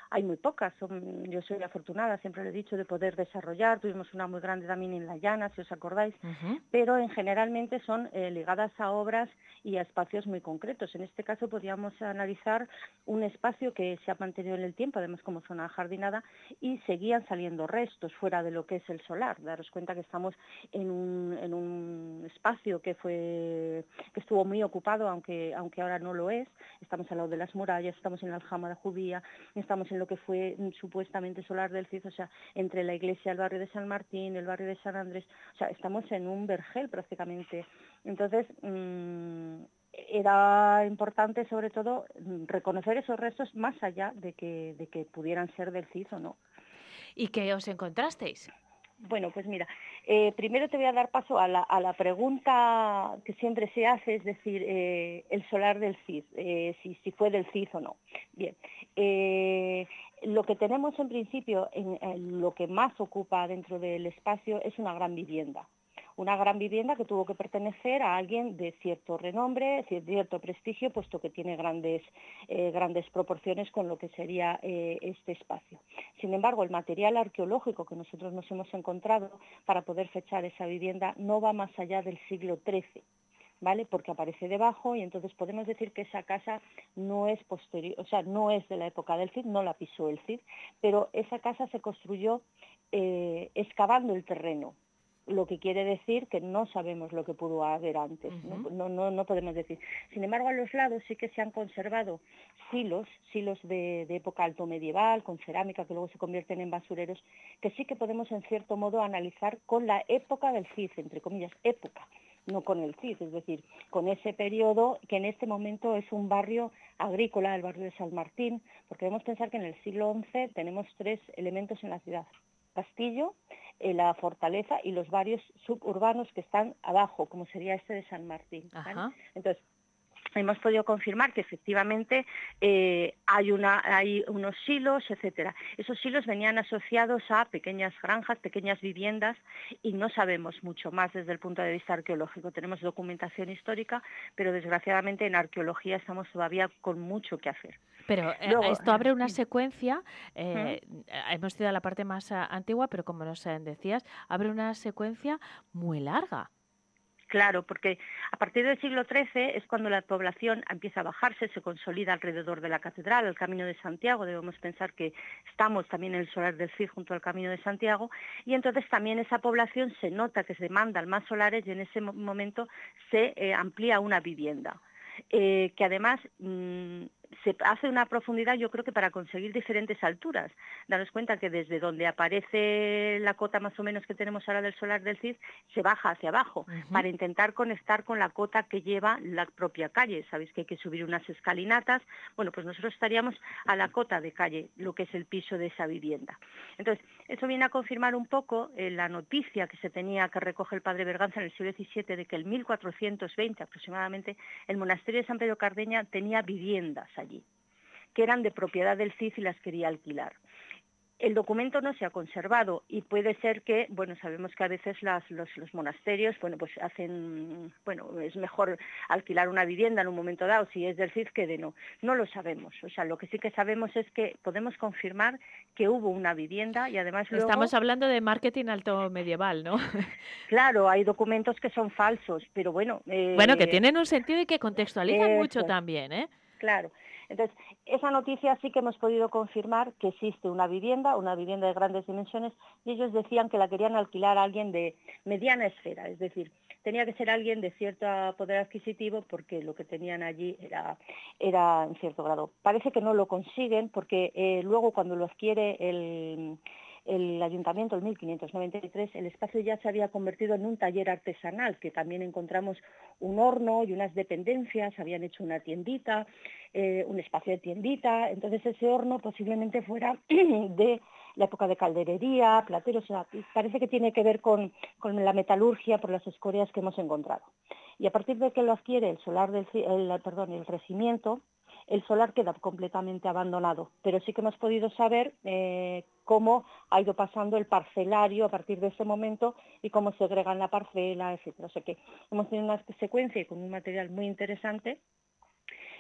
hay muy pocas. Yo soy afortunada, siempre lo he dicho, de poder desarrollar. Tuvimos una muy grande también en La Llana, si os acordáis, pero generalmente son ligadas a obras y a espacios muy concretos. En este caso podríamos analizar un espacio que se ha mantenido en el tiempo, además como zona ajardinada, y seguían saliendo restos fuera de lo que es el solar. Daros cuenta que estamos en un espacio que estuvo muy ocupado, aunque ahora no lo es. Estamos al lado de las murallas, estamos en la Alhambra judía, estamos en lo que fue supuestamente solar del Cid, o sea, entre la iglesia, el barrio de San Martín, el barrio de San Andrés, o sea, estamos en un vergel prácticamente. Entonces, era importante sobre todo reconocer esos restos más allá de que pudieran ser del Cid o no. ¿Y qué os encontrasteis? Bueno, pues mira, primero te voy a dar paso a la pregunta que siempre se hace, es decir, el solar del Cid, si fue del Cid o no. Bien, lo que tenemos en principio, lo que más ocupa dentro del espacio es una gran vivienda. Una gran vivienda que tuvo que pertenecer a alguien de cierto renombre, cierto prestigio, puesto que tiene grandes proporciones con lo que sería este espacio. Sin embargo, el material arqueológico que nosotros nos hemos encontrado para poder fechar esa vivienda no va más allá del siglo XIII. ¿Vale? Porque aparece debajo y entonces podemos decir que esa casa no es posterior, o sea, no es de la época del Cid, no la pisó el Cid, pero esa casa se construyó excavando el terreno. Lo que quiere decir que no sabemos lo que pudo haber antes, no podemos decir. Sin embargo, a los lados sí que se han conservado silos de época alto medieval, con cerámica, que luego se convierten en basureros, que sí que podemos en cierto modo analizar con la época del Cid, entre comillas, época, no con el Cid, es decir, con ese periodo que en este momento es un barrio agrícola, el barrio de San Martín, porque debemos pensar que en el siglo XI tenemos 3 elementos en la ciudad: castillo, la fortaleza y los barrios suburbanos que están abajo, como sería este de San Martín, ¿vale? Entonces, hemos podido confirmar que efectivamente hay unos silos, etcétera. Esos silos venían asociados a pequeñas granjas, pequeñas viviendas, y no sabemos mucho más desde el punto de vista arqueológico. Tenemos documentación histórica, pero desgraciadamente en arqueología estamos todavía con mucho que hacer. Pero luego, esto abre una secuencia, hemos ido a la parte más antigua, pero como nos decías, abre una secuencia muy larga. Claro, porque a partir del siglo XIII es cuando la población empieza a bajarse, se consolida alrededor de la catedral, el Camino de Santiago. Debemos pensar que estamos también en el solar del Cid junto al Camino de Santiago, y entonces también esa población se nota que se demandan más solares y en ese momento se amplía una vivienda. Que además se hace una profundidad, yo creo que para conseguir diferentes alturas. Daros cuenta que desde donde aparece la cota más o menos que tenemos ahora del solar del Cid, se baja hacia abajo para intentar conectar con la cota que lleva la propia calle. Sabéis que hay que subir unas escalinatas. Bueno, pues nosotros estaríamos a la cota de calle, lo que es el piso de esa vivienda. Entonces, eso viene a confirmar un poco la noticia que se tenía, que recoge el padre Berganza en el siglo XVII, de que en 1420 aproximadamente el monasterio de San Pedro Cardeña tenía viviendas allí, que eran de propiedad del Cid y las quería alquilar. El documento no se ha conservado y puede ser que, bueno, sabemos que a veces los monasterios, bueno, pues hacen, bueno, es mejor alquilar una vivienda en un momento dado si es del Cid que de no. No lo sabemos. O sea, lo que sí que sabemos es que podemos confirmar que hubo una vivienda y además luego... Estamos hablando de marketing alto medieval, ¿no? Claro, hay documentos que son falsos, pero bueno... Bueno, que tienen un sentido y que contextualizan mucho también, ¿eh? Claro. Entonces, esa noticia sí que hemos podido confirmar que existe una vivienda de grandes dimensiones, y ellos decían que la querían alquilar a alguien de mediana esfera, es decir, tenía que ser alguien de cierto poder adquisitivo porque lo que tenían allí era en cierto grado. Parece que no lo consiguen porque luego cuando lo adquiere el ayuntamiento en 1593, el espacio ya se había convertido en un taller artesanal, que también encontramos un horno y unas dependencias, habían hecho una tiendita, un espacio de tiendita. Entonces ese horno posiblemente fuera de la época de calderería, plateros, o sea, parece que tiene que ver con la metalurgia por las escorias que hemos encontrado. Y a partir de que lo adquiere el regimiento, el solar queda completamente abandonado, pero sí que hemos podido saber cómo ha ido pasando el parcelario a partir de ese momento y cómo segregan la parcela, etcétera. O sea que hemos tenido una secuencia con un material muy interesante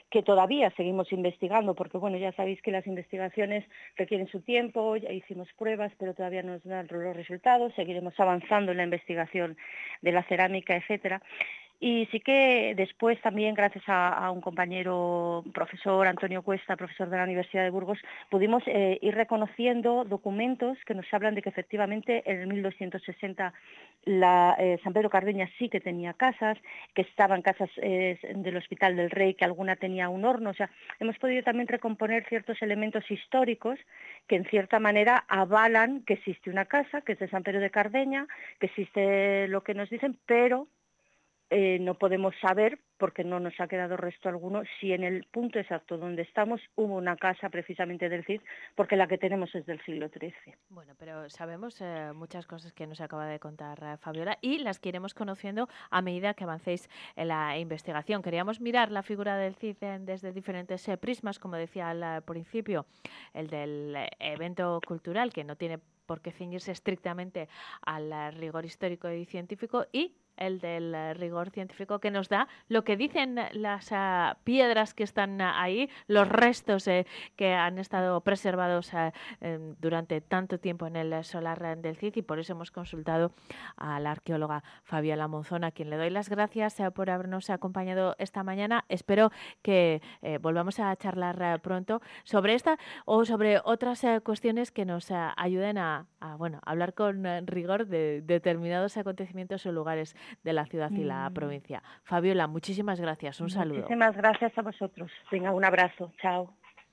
que todavía seguimos investigando, porque bueno, ya sabéis que las investigaciones requieren su tiempo, ya hicimos pruebas, pero todavía no nos dan los resultados, seguiremos avanzando en la investigación de la cerámica, etcétera. Y sí que después también, gracias a un compañero profesor, Antonio Cuesta, profesor de la Universidad de Burgos, pudimos ir reconociendo documentos que nos hablan de que efectivamente en el 1260 San Pedro Cardeña sí que tenía casas, que estaban casas del Hospital del Rey, que alguna tenía un horno. O sea, hemos podido también recomponer ciertos elementos históricos que en cierta manera avalan que existe una casa, que es de San Pedro de Cardeña, que existe lo que nos dicen, pero no podemos saber, porque no nos ha quedado resto alguno, si en el punto exacto donde estamos hubo una casa precisamente del Cid, porque la que tenemos es del siglo XIII. Bueno, pero sabemos muchas cosas que nos acaba de contar Fabiola y las que iremos conociendo a medida que avancéis en la investigación. Queríamos mirar la figura del Cid desde diferentes prismas, como decía al principio, el del evento cultural, que no tiene por qué ceñirse estrictamente al rigor histórico y científico, y el del rigor científico que nos da lo que dicen las piedras que están ahí, los restos que han estado preservados durante tanto tiempo en el solar del Cid, y por eso hemos consultado a la arqueóloga Fabiola Monzón, a quien le doy las gracias por habernos acompañado esta mañana. Espero que volvamos a charlar pronto sobre esta o sobre otras cuestiones que nos ayuden a hablar con rigor de determinados acontecimientos o lugares de la ciudad y la provincia. Fabiola, muchísimas gracias. Un saludo. Muchísimas gracias a vosotros. Venga, un abrazo. Chao.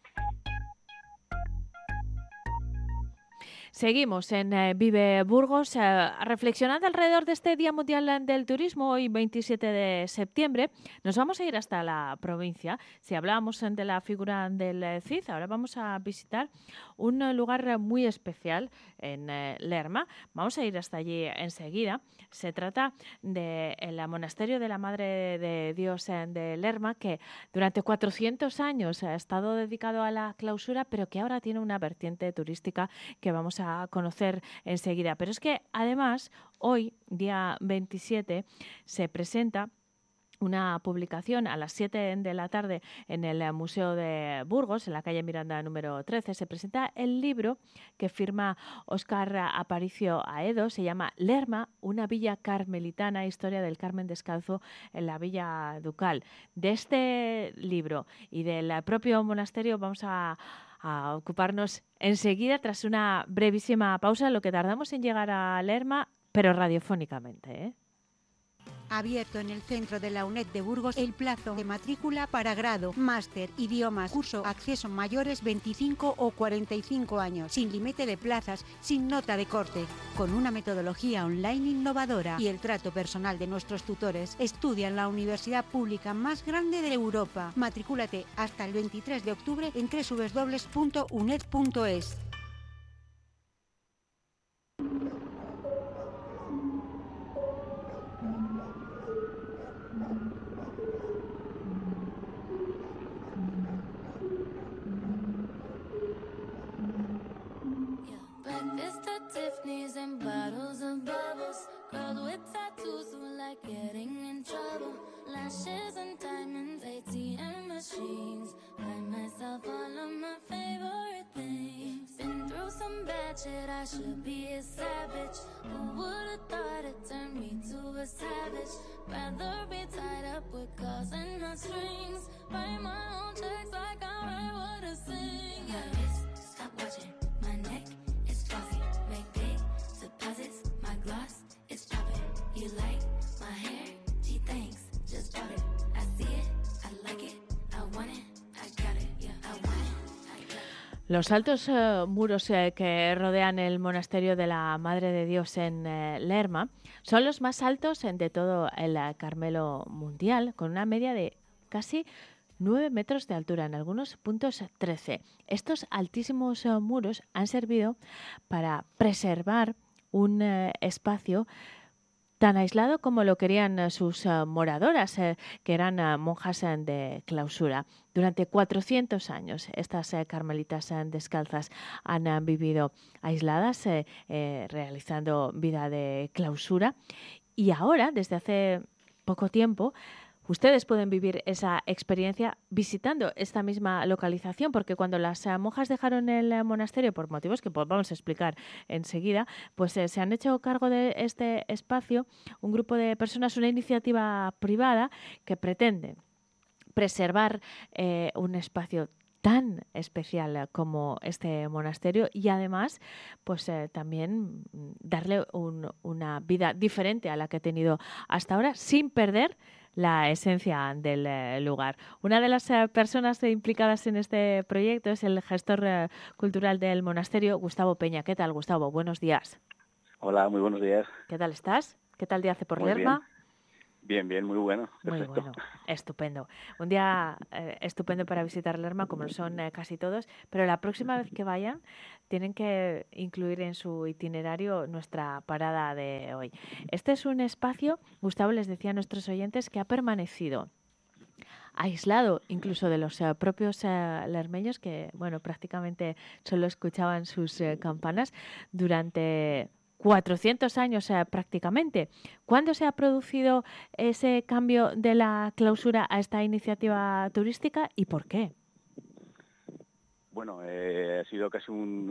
Seguimos en Vive Burgos, reflexionando alrededor de este Día Mundial del Turismo, hoy 27 de septiembre. Nos vamos a ir hasta la provincia. Si hablábamos de la figura del Cid, ahora vamos a visitar un lugar muy especial en Lerma. Vamos a ir hasta allí enseguida. Se trata del monasterio de la Madre de Dios de Lerma, que durante 400 años ha estado dedicado a la clausura, pero que ahora tiene una vertiente turística que vamos a conocer enseguida. Pero es que además hoy, día 27, se presenta una publicación a las 7 de la tarde en el Museo de Burgos, en la calle Miranda número 13. Se presenta el libro que firma Óscar Aparicio Aedo. Se llama Lerma, una villa carmelitana, historia del Carmen Descalzo en la Villa Ducal. De este libro y del propio monasterio vamos a ocuparnos enseguida, tras una brevísima pausa, lo que tardamos en llegar a Lerma, pero radiofónicamente, ¿eh? Abierto en el centro de la UNED de Burgos el plazo de matrícula para grado, máster, idiomas, curso, acceso mayores 25 o 45 años, sin límite de plazas, sin nota de corte, con una metodología online innovadora y el trato personal de nuestros tutores. Estudia en la universidad pública más grande de Europa. Matrículate hasta el 23 de octubre en www.uned.es. Tiffany's and bottles of bubbles. Girls with tattoos who like getting in trouble. Lashes and diamonds, ATM machines. Buy myself all of my favorite things. Been through some bad shit, I should be a savage. Who would've thought it turned me to a savage? Rather be tied up with calls and not strings. Write my own checks like I write what I sing. My wrist, stop watching. My neck is fuzzy. Make big deposits. My gloss is popping. You like my hair? Gee, thanks. Just bought it. I see it. I like it. I want it. I got it. Yeah, I want it. Los altos muros que rodean el monasterio de la Madre de Dios en Lerma son los más altos de todo el Carmelo mundial, con una media de casi 9 metros de altura, en algunos puntos 13. Estos altísimos muros han servido para preservar un espacio tan aislado como lo querían sus moradoras, que eran monjas de clausura. Durante 400 años estas carmelitas descalzas han vivido aisladas, realizando vida de clausura. Y ahora, desde hace poco tiempo, ustedes pueden vivir esa experiencia visitando esta misma localización, porque cuando las monjas dejaron el monasterio, por motivos que vamos a explicar enseguida, pues se han hecho cargo de este espacio un grupo de personas, una iniciativa privada que pretende preservar un espacio tan especial como este monasterio y además pues también darle una vida diferente a la que ha tenido hasta ahora sin perder la esencia del lugar. Una de las personas implicadas en este proyecto es el gestor cultural del monasterio, Gustavo Peña. ¿Qué tal, Gustavo? Buenos días. Hola, muy buenos días. ¿Qué tal estás? ¿Qué tal día hace por Muy Lerma? Bien, muy bueno. Perfecto. Muy bueno, estupendo. Un día estupendo para visitar Lerma, como lo son casi todos, pero la próxima vez que vayan tienen que incluir en su itinerario nuestra parada de hoy. Este es un espacio, Gustavo les decía a nuestros oyentes, que ha permanecido aislado incluso de los propios lermeños que, bueno, prácticamente solo escuchaban sus campanas durante 400 años prácticamente. ¿Cuándo se ha producido ese cambio de la clausura a esta iniciativa turística y por qué? Bueno, ha sido casi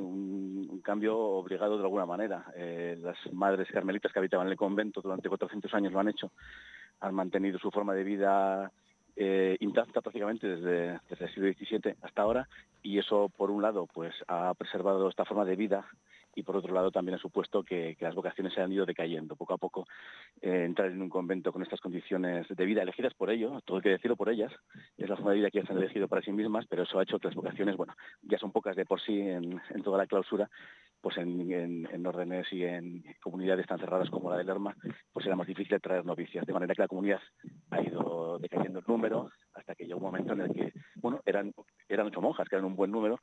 un cambio obligado de alguna manera. Las madres carmelitas que habitaban el convento durante 400 años lo han hecho. Han mantenido su forma de vida intacta prácticamente desde el siglo XVII hasta ahora, y eso por un lado pues ha preservado esta forma de vida y por otro lado también ha supuesto que las vocaciones se han ido decayendo poco a poco. Entrar en un convento con estas condiciones de vida elegidas por ellos, todo hay que decirlo por ellas, es la forma de vida que ellas han elegido para sí mismas, pero eso ha hecho que las vocaciones, bueno, ya son pocas de por sí en toda la clausura, pues en órdenes y en comunidades tan cerradas como la de Lerma, pues era más difícil traer novicias, de manera que la comunidad ha ido decayendo el número hasta que llegó un momento en el que, bueno, eran 8 monjas, que eran un buen número,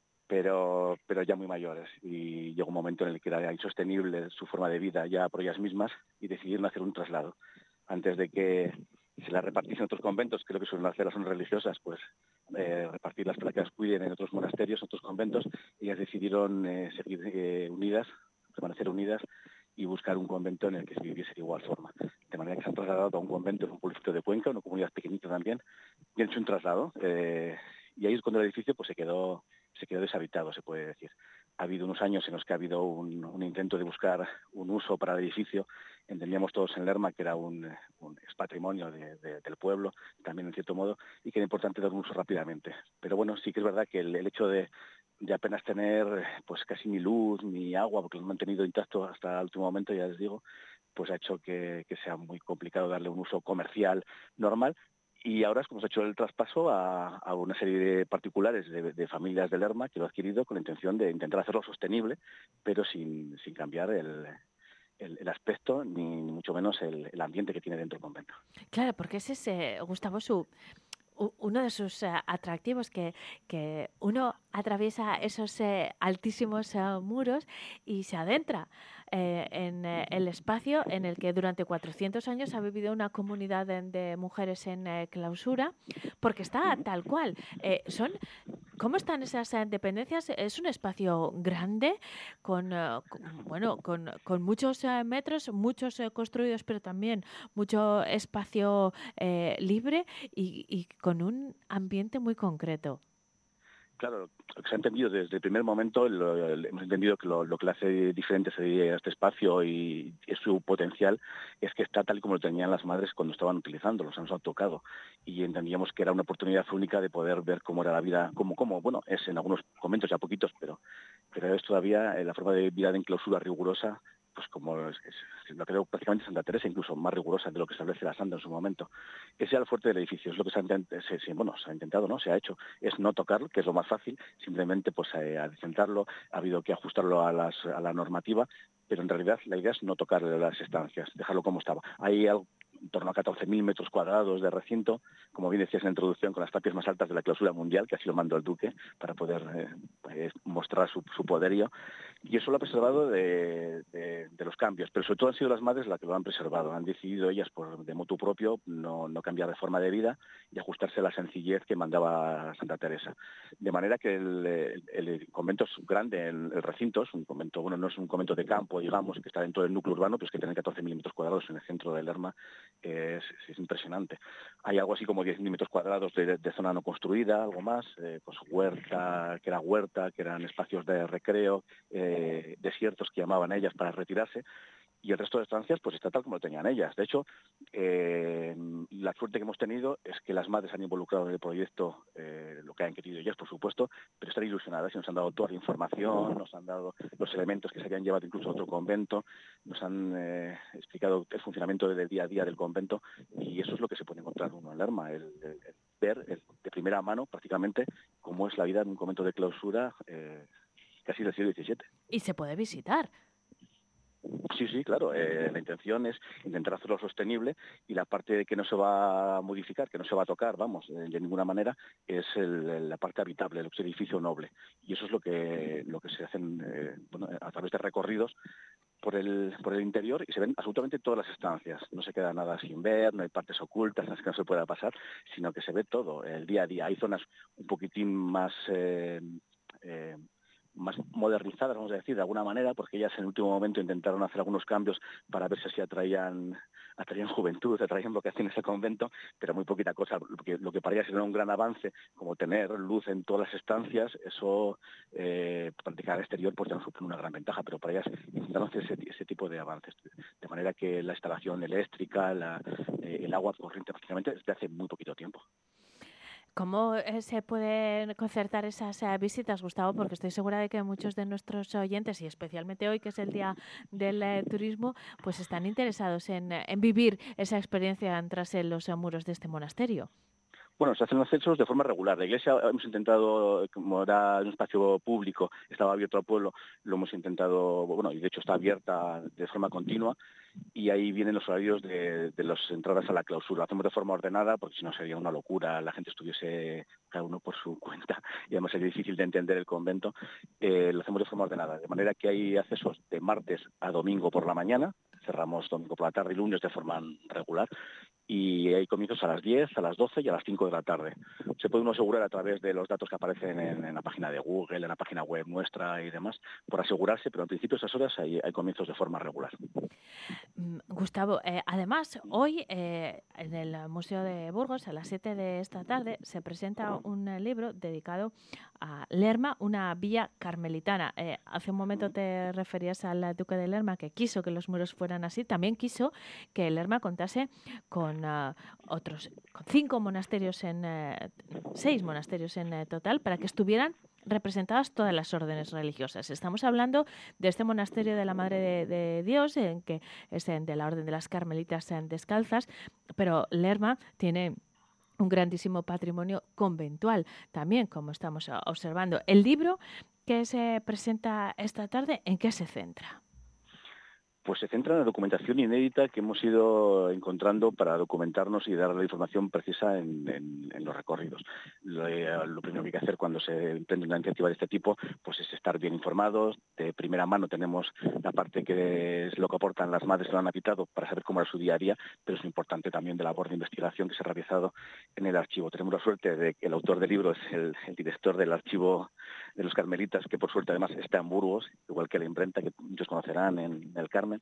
pero ya muy mayores, y llegó un momento en el que era insostenible su forma de vida ya por ellas mismas y decidieron hacer un traslado. Antes de que se las repartiesen en otros conventos, que lo que suelen hacer las zonas religiosas, pues repartirlas para que las cuiden en otros monasterios, otros conventos, ellas decidieron seguir unidas, permanecer unidas y buscar un convento en el que se viviese de igual forma. De manera que se han trasladado a un convento en un pueblito de Cuenca, una comunidad pequeñita también, y han hecho un traslado, y ahí es cuando el edificio pues se quedó deshabitado, se puede decir. Ha habido unos años en los que ha habido un intento de buscar un uso para el edificio. Entendíamos todos en Lerma que era es patrimonio del pueblo, también en cierto modo, y que era importante dar un uso rápidamente. Pero bueno, sí que es verdad que el hecho de apenas tener pues casi ni luz ni agua, porque lo han mantenido intacto hasta el último momento, ya les digo, pues ha hecho que sea muy complicado darle un uso comercial normal. Y ahora es como se ha hecho el traspaso a una serie de particulares de familias de Lerma que lo ha adquirido con la intención de intentar hacerlo sostenible, pero sin cambiar el aspecto ni mucho menos el ambiente que tiene dentro del convento. Claro, porque ese es, Gustavo, uno de sus atractivos, que uno atraviesa esos altísimos muros y se adentra en el espacio en el que durante 400 años ha vivido una comunidad de mujeres en clausura, porque está tal cual. ¿Cómo están esas dependencias? Es un espacio grande, con muchos metros, muchos construidos, pero también mucho espacio libre y con un ambiente muy concreto. Claro, lo que se ha entendido desde el primer momento, hemos entendido que lo que le hace diferente a este espacio y es su potencial, es que está tal y como lo tenían las madres cuando estaban utilizándolo, se nos han tocado. Y entendíamos que era una oportunidad única de poder ver cómo era la vida, bueno, es en algunos conventos ya poquitos, pero es todavía la forma de vida en clausura rigurosa, pues como lo creo prácticamente Santa Teresa, incluso más rigurosa de lo que establece la Santa en su momento. Ese era el fuerte del edificio, es lo que se ha intentado, ¿no? Se ha hecho, es no tocarlo, que es lo más fácil, simplemente pues adecentarlo, ha habido que ajustarlo a la normativa, pero en realidad la idea es no tocar las estancias, dejarlo como estaba. Hay algo en torno a 14.000 metros cuadrados de recinto, como bien decías en la introducción, con las tapias más altas de la clausura mundial, que así lo mandó el duque, para poder mostrar su poderío, y eso lo ha preservado de los cambios, pero sobre todo han sido las madres las que lo han preservado, han decidido ellas de motu propio no cambiar de forma de vida y ajustarse a la sencillez que mandaba Santa Teresa. De manera que el convento es grande, el recinto es un convento, bueno, no es un convento de campo, digamos, que está dentro del núcleo urbano, pero es que tiene 14.000 metros cuadrados en el centro de Lerma, es impresionante. Hay algo así como 10 metros cuadrados de zona no construida, algo más, pues huerta, que eran espacios de recreo, desiertos que llamaban ellas para retirarse, y el resto de estancias pues está tal como lo tenían ellas. De hecho, la suerte que hemos tenido es que las madres han involucrado en el proyecto lo que han querido ellas, por supuesto, pero están ilusionadas y nos han dado toda la información, nos han dado los elementos que se habían llevado incluso a otro convento, nos han explicado el funcionamiento del día a día del convento, y eso es lo que se puede encontrar uno en Lerma, el ver de primera mano prácticamente cómo es la vida en un convento de clausura casi del siglo XVII. Y se puede visitar. Sí, claro. La intención es intentar hacerlo sostenible, y la parte que no se va a modificar, que no se va a tocar, de ninguna manera, es la parte habitable, el edificio noble. Y eso es lo que se hacen a través de recorridos por el interior, y se ven absolutamente todas las estancias. No se queda nada sin ver, no hay partes ocultas en las que no se pueda pasar, sino que se ve todo, el día a día. Hay zonas un poquitín más modernizadas, vamos a decir, de alguna manera, porque ellas en el último momento intentaron hacer algunos cambios para ver si así atraían juventud, atraían vocaciones al convento, pero muy poquita cosa. Lo que para ellas era un gran avance, como tener luz en todas las estancias, eso practicar al exterior pues ya no supone una gran ventaja, pero para ellas intentaron hacer ese tipo de avances, de manera que la instalación eléctrica, el agua corriente prácticamente desde hace muy poquito tiempo. ¿Cómo se pueden concertar esas visitas, Gustavo? Porque estoy segura de que muchos de nuestros oyentes, y especialmente hoy, que es el Día del Turismo, pues están interesados en vivir esa experiencia tras los muros de este monasterio. Bueno, se hacen los censos de forma regular. La Iglesia hemos intentado, como era un espacio público, estaba abierto al pueblo, lo hemos intentado, y de hecho está abierta de forma continua, y ahí vienen los horarios de las entradas a la clausura. Lo hacemos de forma ordenada, porque si no sería una locura, la gente estuviese cada uno por su cuenta, y además sería difícil de entender el convento. Lo hacemos de forma ordenada, de manera que hay accesos de martes a domingo por la mañana, cerramos domingo por la tarde y lunes de forma regular, y hay comienzos a las 10, a las 12 y a las 5 de la tarde. Se puede uno asegurar a través de los datos que aparecen en la página de Google, en la página web nuestra y demás, por asegurarse, pero en principio esas horas hay comienzos de forma regular. Gustavo, además, hoy en el Museo de Burgos, a las 7 de esta tarde, se presenta un libro dedicado a Lerma, una villa carmelitana. Hace un momento te referías al duque de Lerma, que quiso que los muros fueran así. También quiso que Lerma contase con 5 monasterios 6 monasterios en total, para que estuvieran representadas todas las órdenes religiosas. Estamos hablando de este monasterio de la Madre de Dios, que es de la Orden de las Carmelitas Descalzas, pero Lerma tiene un grandísimo patrimonio conventual también, como estamos observando. El libro que se presenta esta tarde, ¿en qué se centra? Pues se centra en la documentación inédita que hemos ido encontrando para documentarnos y dar la información precisa en los recorridos. Lo primero que hay que hacer cuando se emprende una iniciativa de este tipo pues es estar bien informados. De primera mano tenemos la parte que es lo que aportan las madres que lo han habitado para saber cómo era su día a día, pero es importante también de la labor de investigación que se ha realizado en el archivo. Tenemos la suerte de que el autor del libro es el director del archivo de los Carmelitas, que por suerte además está en Burgos, igual que la imprenta que muchos conocerán en el Carmen.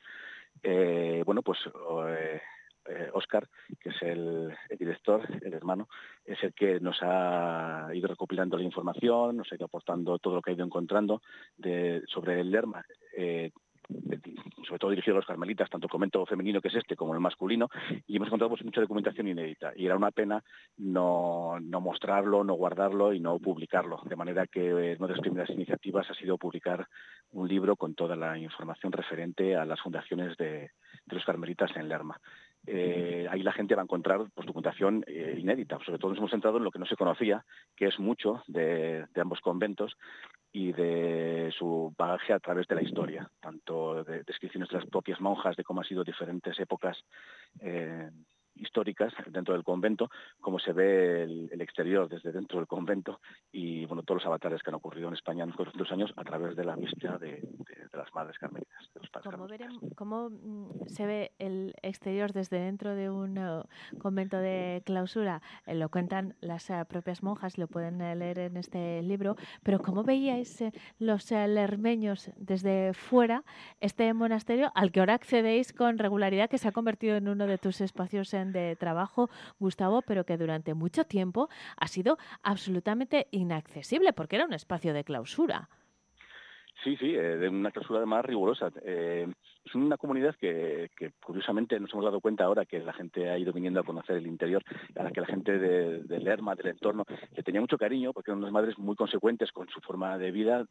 Óscar, que es el director, el hermano, es el que nos ha ido recopilando la información, nos ha ido aportando todo lo que ha ido encontrando sobre el Lerma, sobre todo dirigido a los carmelitas, tanto el convento femenino que es este como el masculino, y hemos encontrado mucha documentación inédita, y era una pena no mostrarlo, no guardarlo y no publicarlo, de manera que una de las primeras iniciativas ha sido publicar un libro con toda la información referente a las fundaciones de los carmelitas en Lerma. Ahí la gente va a encontrar documentación inédita. Sobre todo nos hemos centrado en lo que no se conocía, que es mucho de ambos conventos y de su bagaje a través de la historia, tanto de descripciones de las propias monjas, de cómo han sido diferentes épocas históricas dentro del convento, cómo se ve el exterior desde dentro del convento y bueno, todos los avatares que han ocurrido en España en los últimos años a través de la vista de las madres carmelitas, de los padres carmelitas. ¿Cómo se ve el exterior desde dentro de un convento de clausura? Lo cuentan las propias monjas, lo pueden leer en este libro, pero ¿cómo veíais los lermeños desde fuera este monasterio al que ahora accedéis con regularidad, que se ha convertido en uno de tus espacios de trabajo, Gustavo, pero que durante mucho tiempo ha sido absolutamente inaccesible porque era un espacio de clausura? Sí, de una clausura además rigurosa. Es una comunidad que curiosamente nos hemos dado cuenta ahora que la gente ha ido viniendo a conocer el interior, a la que la gente de Lerma, del entorno, le tenía mucho cariño porque eran unas madres muy consecuentes con su forma de vida,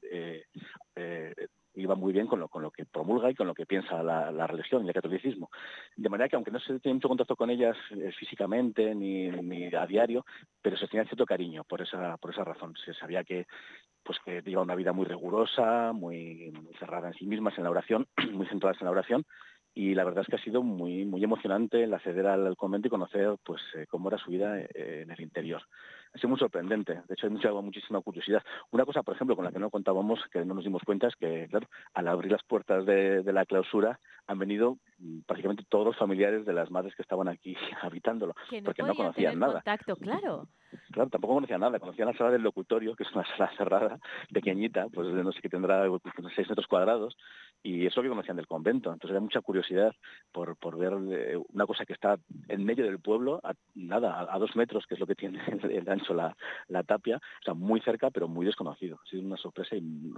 iba muy bien con lo que promulga y con lo que piensa la religión y el catolicismo. De manera que aunque no se tiene mucho contacto con ellas físicamente ni a diario, pero se tenía cierto cariño por esa razón. Se sabía que lleva una vida muy rigurosa, muy cerrada en sí mismas en la oración, muy centradas en la oración, y la verdad es que ha sido muy emocionante el acceder al convento y conocer cómo era su vida en el interior. Ha sido muy sorprendente, de hecho hay muchísima curiosidad. Una cosa, por ejemplo, con la que no contábamos, que no nos dimos cuenta, es que, claro, al abrir las puertas de la clausura han venido prácticamente todos los familiares de las madres que estaban aquí habitándolo, que no porque no conocían nada. Contacto, claro. Claro, tampoco conocían nada, conocían la sala del locutorio, que es una sala cerrada, pequeñita, pues no sé qué tendrá 6 metros cuadrados, y es lo que conocían del convento. Entonces había mucha curiosidad por ver una cosa que está en medio del pueblo, a 2 metros, que es lo que tiene el ancho la tapia, o sea, muy cerca, pero muy desconocido. Ha sido una sorpresa y un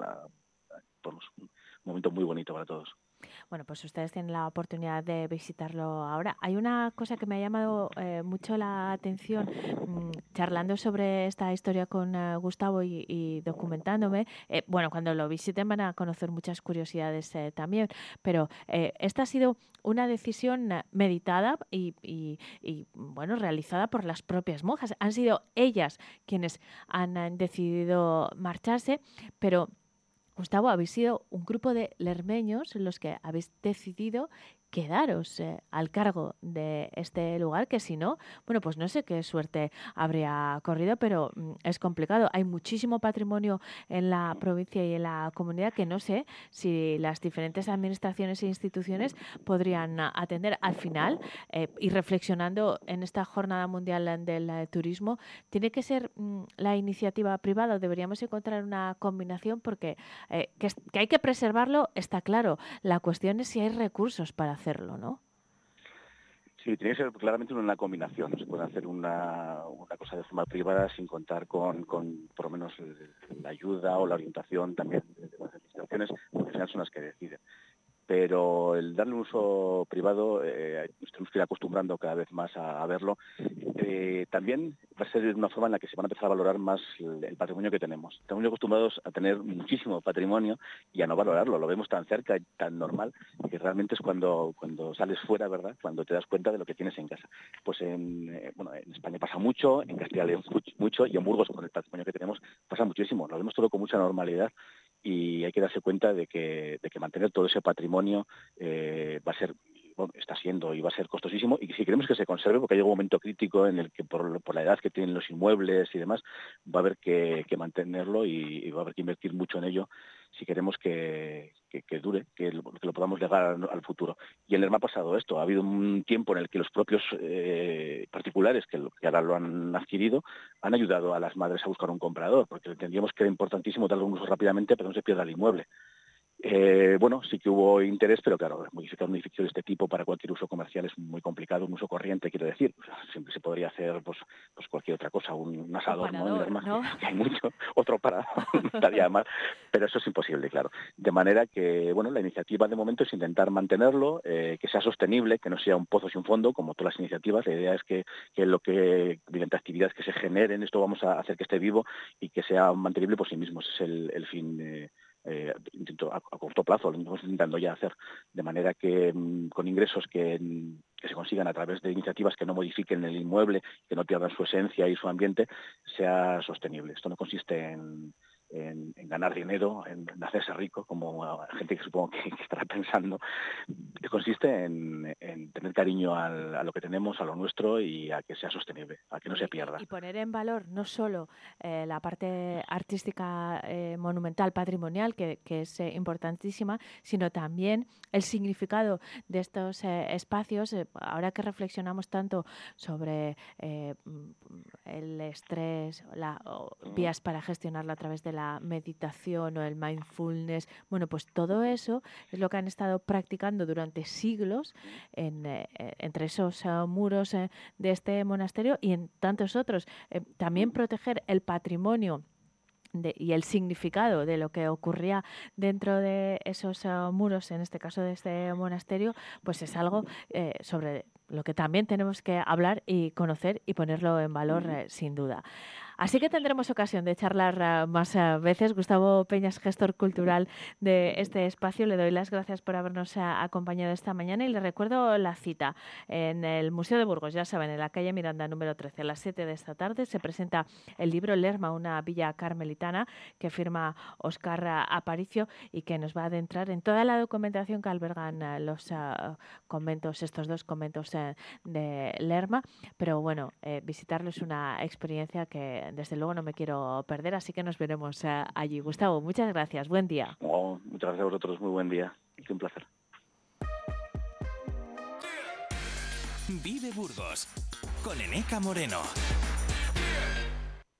momento muy bonito para todos. Bueno, pues ustedes tienen la oportunidad de visitarlo ahora. Hay una cosa que me ha llamado mucho la atención charlando sobre esta historia con Gustavo y documentándome. Cuando lo visiten van a conocer muchas curiosidades también, pero esta ha sido una decisión meditada y realizada por las propias monjas. Han sido ellas quienes han decidido marcharse, pero Gustavo, habéis sido un grupo de lermeños los que habéis decidido quedaros al cargo de este lugar, que si no, pues no sé qué suerte habría corrido, pero es complicado. Hay muchísimo patrimonio en la provincia y en la comunidad que no sé si las diferentes administraciones e instituciones podrían atender. Al final, y reflexionando en esta Jornada Mundial del Turismo, ¿tiene que ser la iniciativa privada o deberíamos encontrar una combinación? Porque que hay que preservarlo está claro. La cuestión es si hay recursos para hacerlo, ¿no? Sí, tiene que ser claramente una combinación. No se puede hacer una cosa de forma privada sin contar con por lo menos la ayuda o la orientación también de las administraciones, porque al final son las que deciden. Pero el darle un uso privado, nos tenemos que ir acostumbrando cada vez más a verlo. También va a ser una forma en la que se van a empezar a valorar más el patrimonio que tenemos. Estamos muy acostumbrados a tener muchísimo patrimonio y a no valorarlo. Lo vemos tan cerca y tan normal que realmente es cuando sales fuera, ¿verdad? Cuando te das cuenta de lo que tienes en casa. Pues en España pasa mucho, en Castilla y León mucho, y en Burgos, con el patrimonio que tenemos, pasa muchísimo. Lo vemos todo con mucha normalidad y hay que darse cuenta de que mantener todo ese patrimonio va a ser, está siendo y va a ser costosísimo, y si queremos que se conserve, porque hay un momento crítico en el que por la edad que tienen los inmuebles y demás, va a haber que mantenerlo y va a haber que invertir mucho en ello si queremos que dure, que lo podamos llegar al futuro. Y en Lerma ha pasado esto. Ha habido un tiempo en el que los propios particulares que ahora lo han adquirido han ayudado a las madres a buscar un comprador, porque entendíamos que era importantísimo darle un uso rápidamente, pero no se pierda el inmueble. Sí que hubo interés, pero claro, modificar un edificio de este tipo para cualquier uso comercial es muy complicado, un uso corriente, quiero decir. Siempre se podría hacer pues cualquier otra cosa, un asador, ¿no? Que hay mucho, otro para no estaría mal, pero eso es imposible, claro. De manera que, la iniciativa de momento es intentar mantenerlo, que sea sostenible, que no sea un pozo sin fondo, como todas las iniciativas. La idea es que mediante actividades que se generen, esto vamos a hacer que esté vivo y que sea mantenible por sí mismo. Ese es el fin. Intento a corto plazo, lo estamos intentando ya hacer, de manera que con ingresos que se consigan a través de iniciativas que no modifiquen el inmueble, que no pierdan su esencia y su ambiente, sea sostenible. Esto no consiste en ganar dinero, en hacerse rico, como gente que supongo que estará pensando. Consiste en tener cariño a lo que tenemos, a lo nuestro, y a que sea sostenible, a que no se pierda. Y poner en valor no solo la parte artística, monumental, patrimonial, que es importantísima, sino también el significado de estos espacios. Ahora que reflexionamos tanto sobre el estrés, vías para gestionarlo a través de la meditación o el mindfulness, bueno, pues todo eso es lo que han estado practicando durante siglos entre esos muros de este monasterio y en tantos otros. También proteger el patrimonio y el significado de lo que ocurría dentro de esos muros, en este caso de este monasterio, pues es algo sobre lo que también tenemos que hablar y conocer y ponerlo en valor, sin duda. Así que tendremos ocasión de charlar más veces. Gustavo Peñas, gestor cultural de este espacio, le doy las gracias por habernos acompañado esta mañana y le recuerdo la cita en el Museo de Burgos, ya saben, en la calle Miranda número 13, a las 7 de esta tarde. Se presenta el libro Lerma, una villa carmelitana, que firma Óscar Aparicio y que nos va a adentrar en toda la documentación que albergan los conventos, estos dos conventos de Lerma. Pero bueno, visitarlo es una experiencia que desde luego no me quiero perder, así que nos veremos allí. Gustavo, muchas gracias, buen día. Muchas gracias a vosotros, muy buen día, es un placer. Vive Burgos con Eneca Moreno.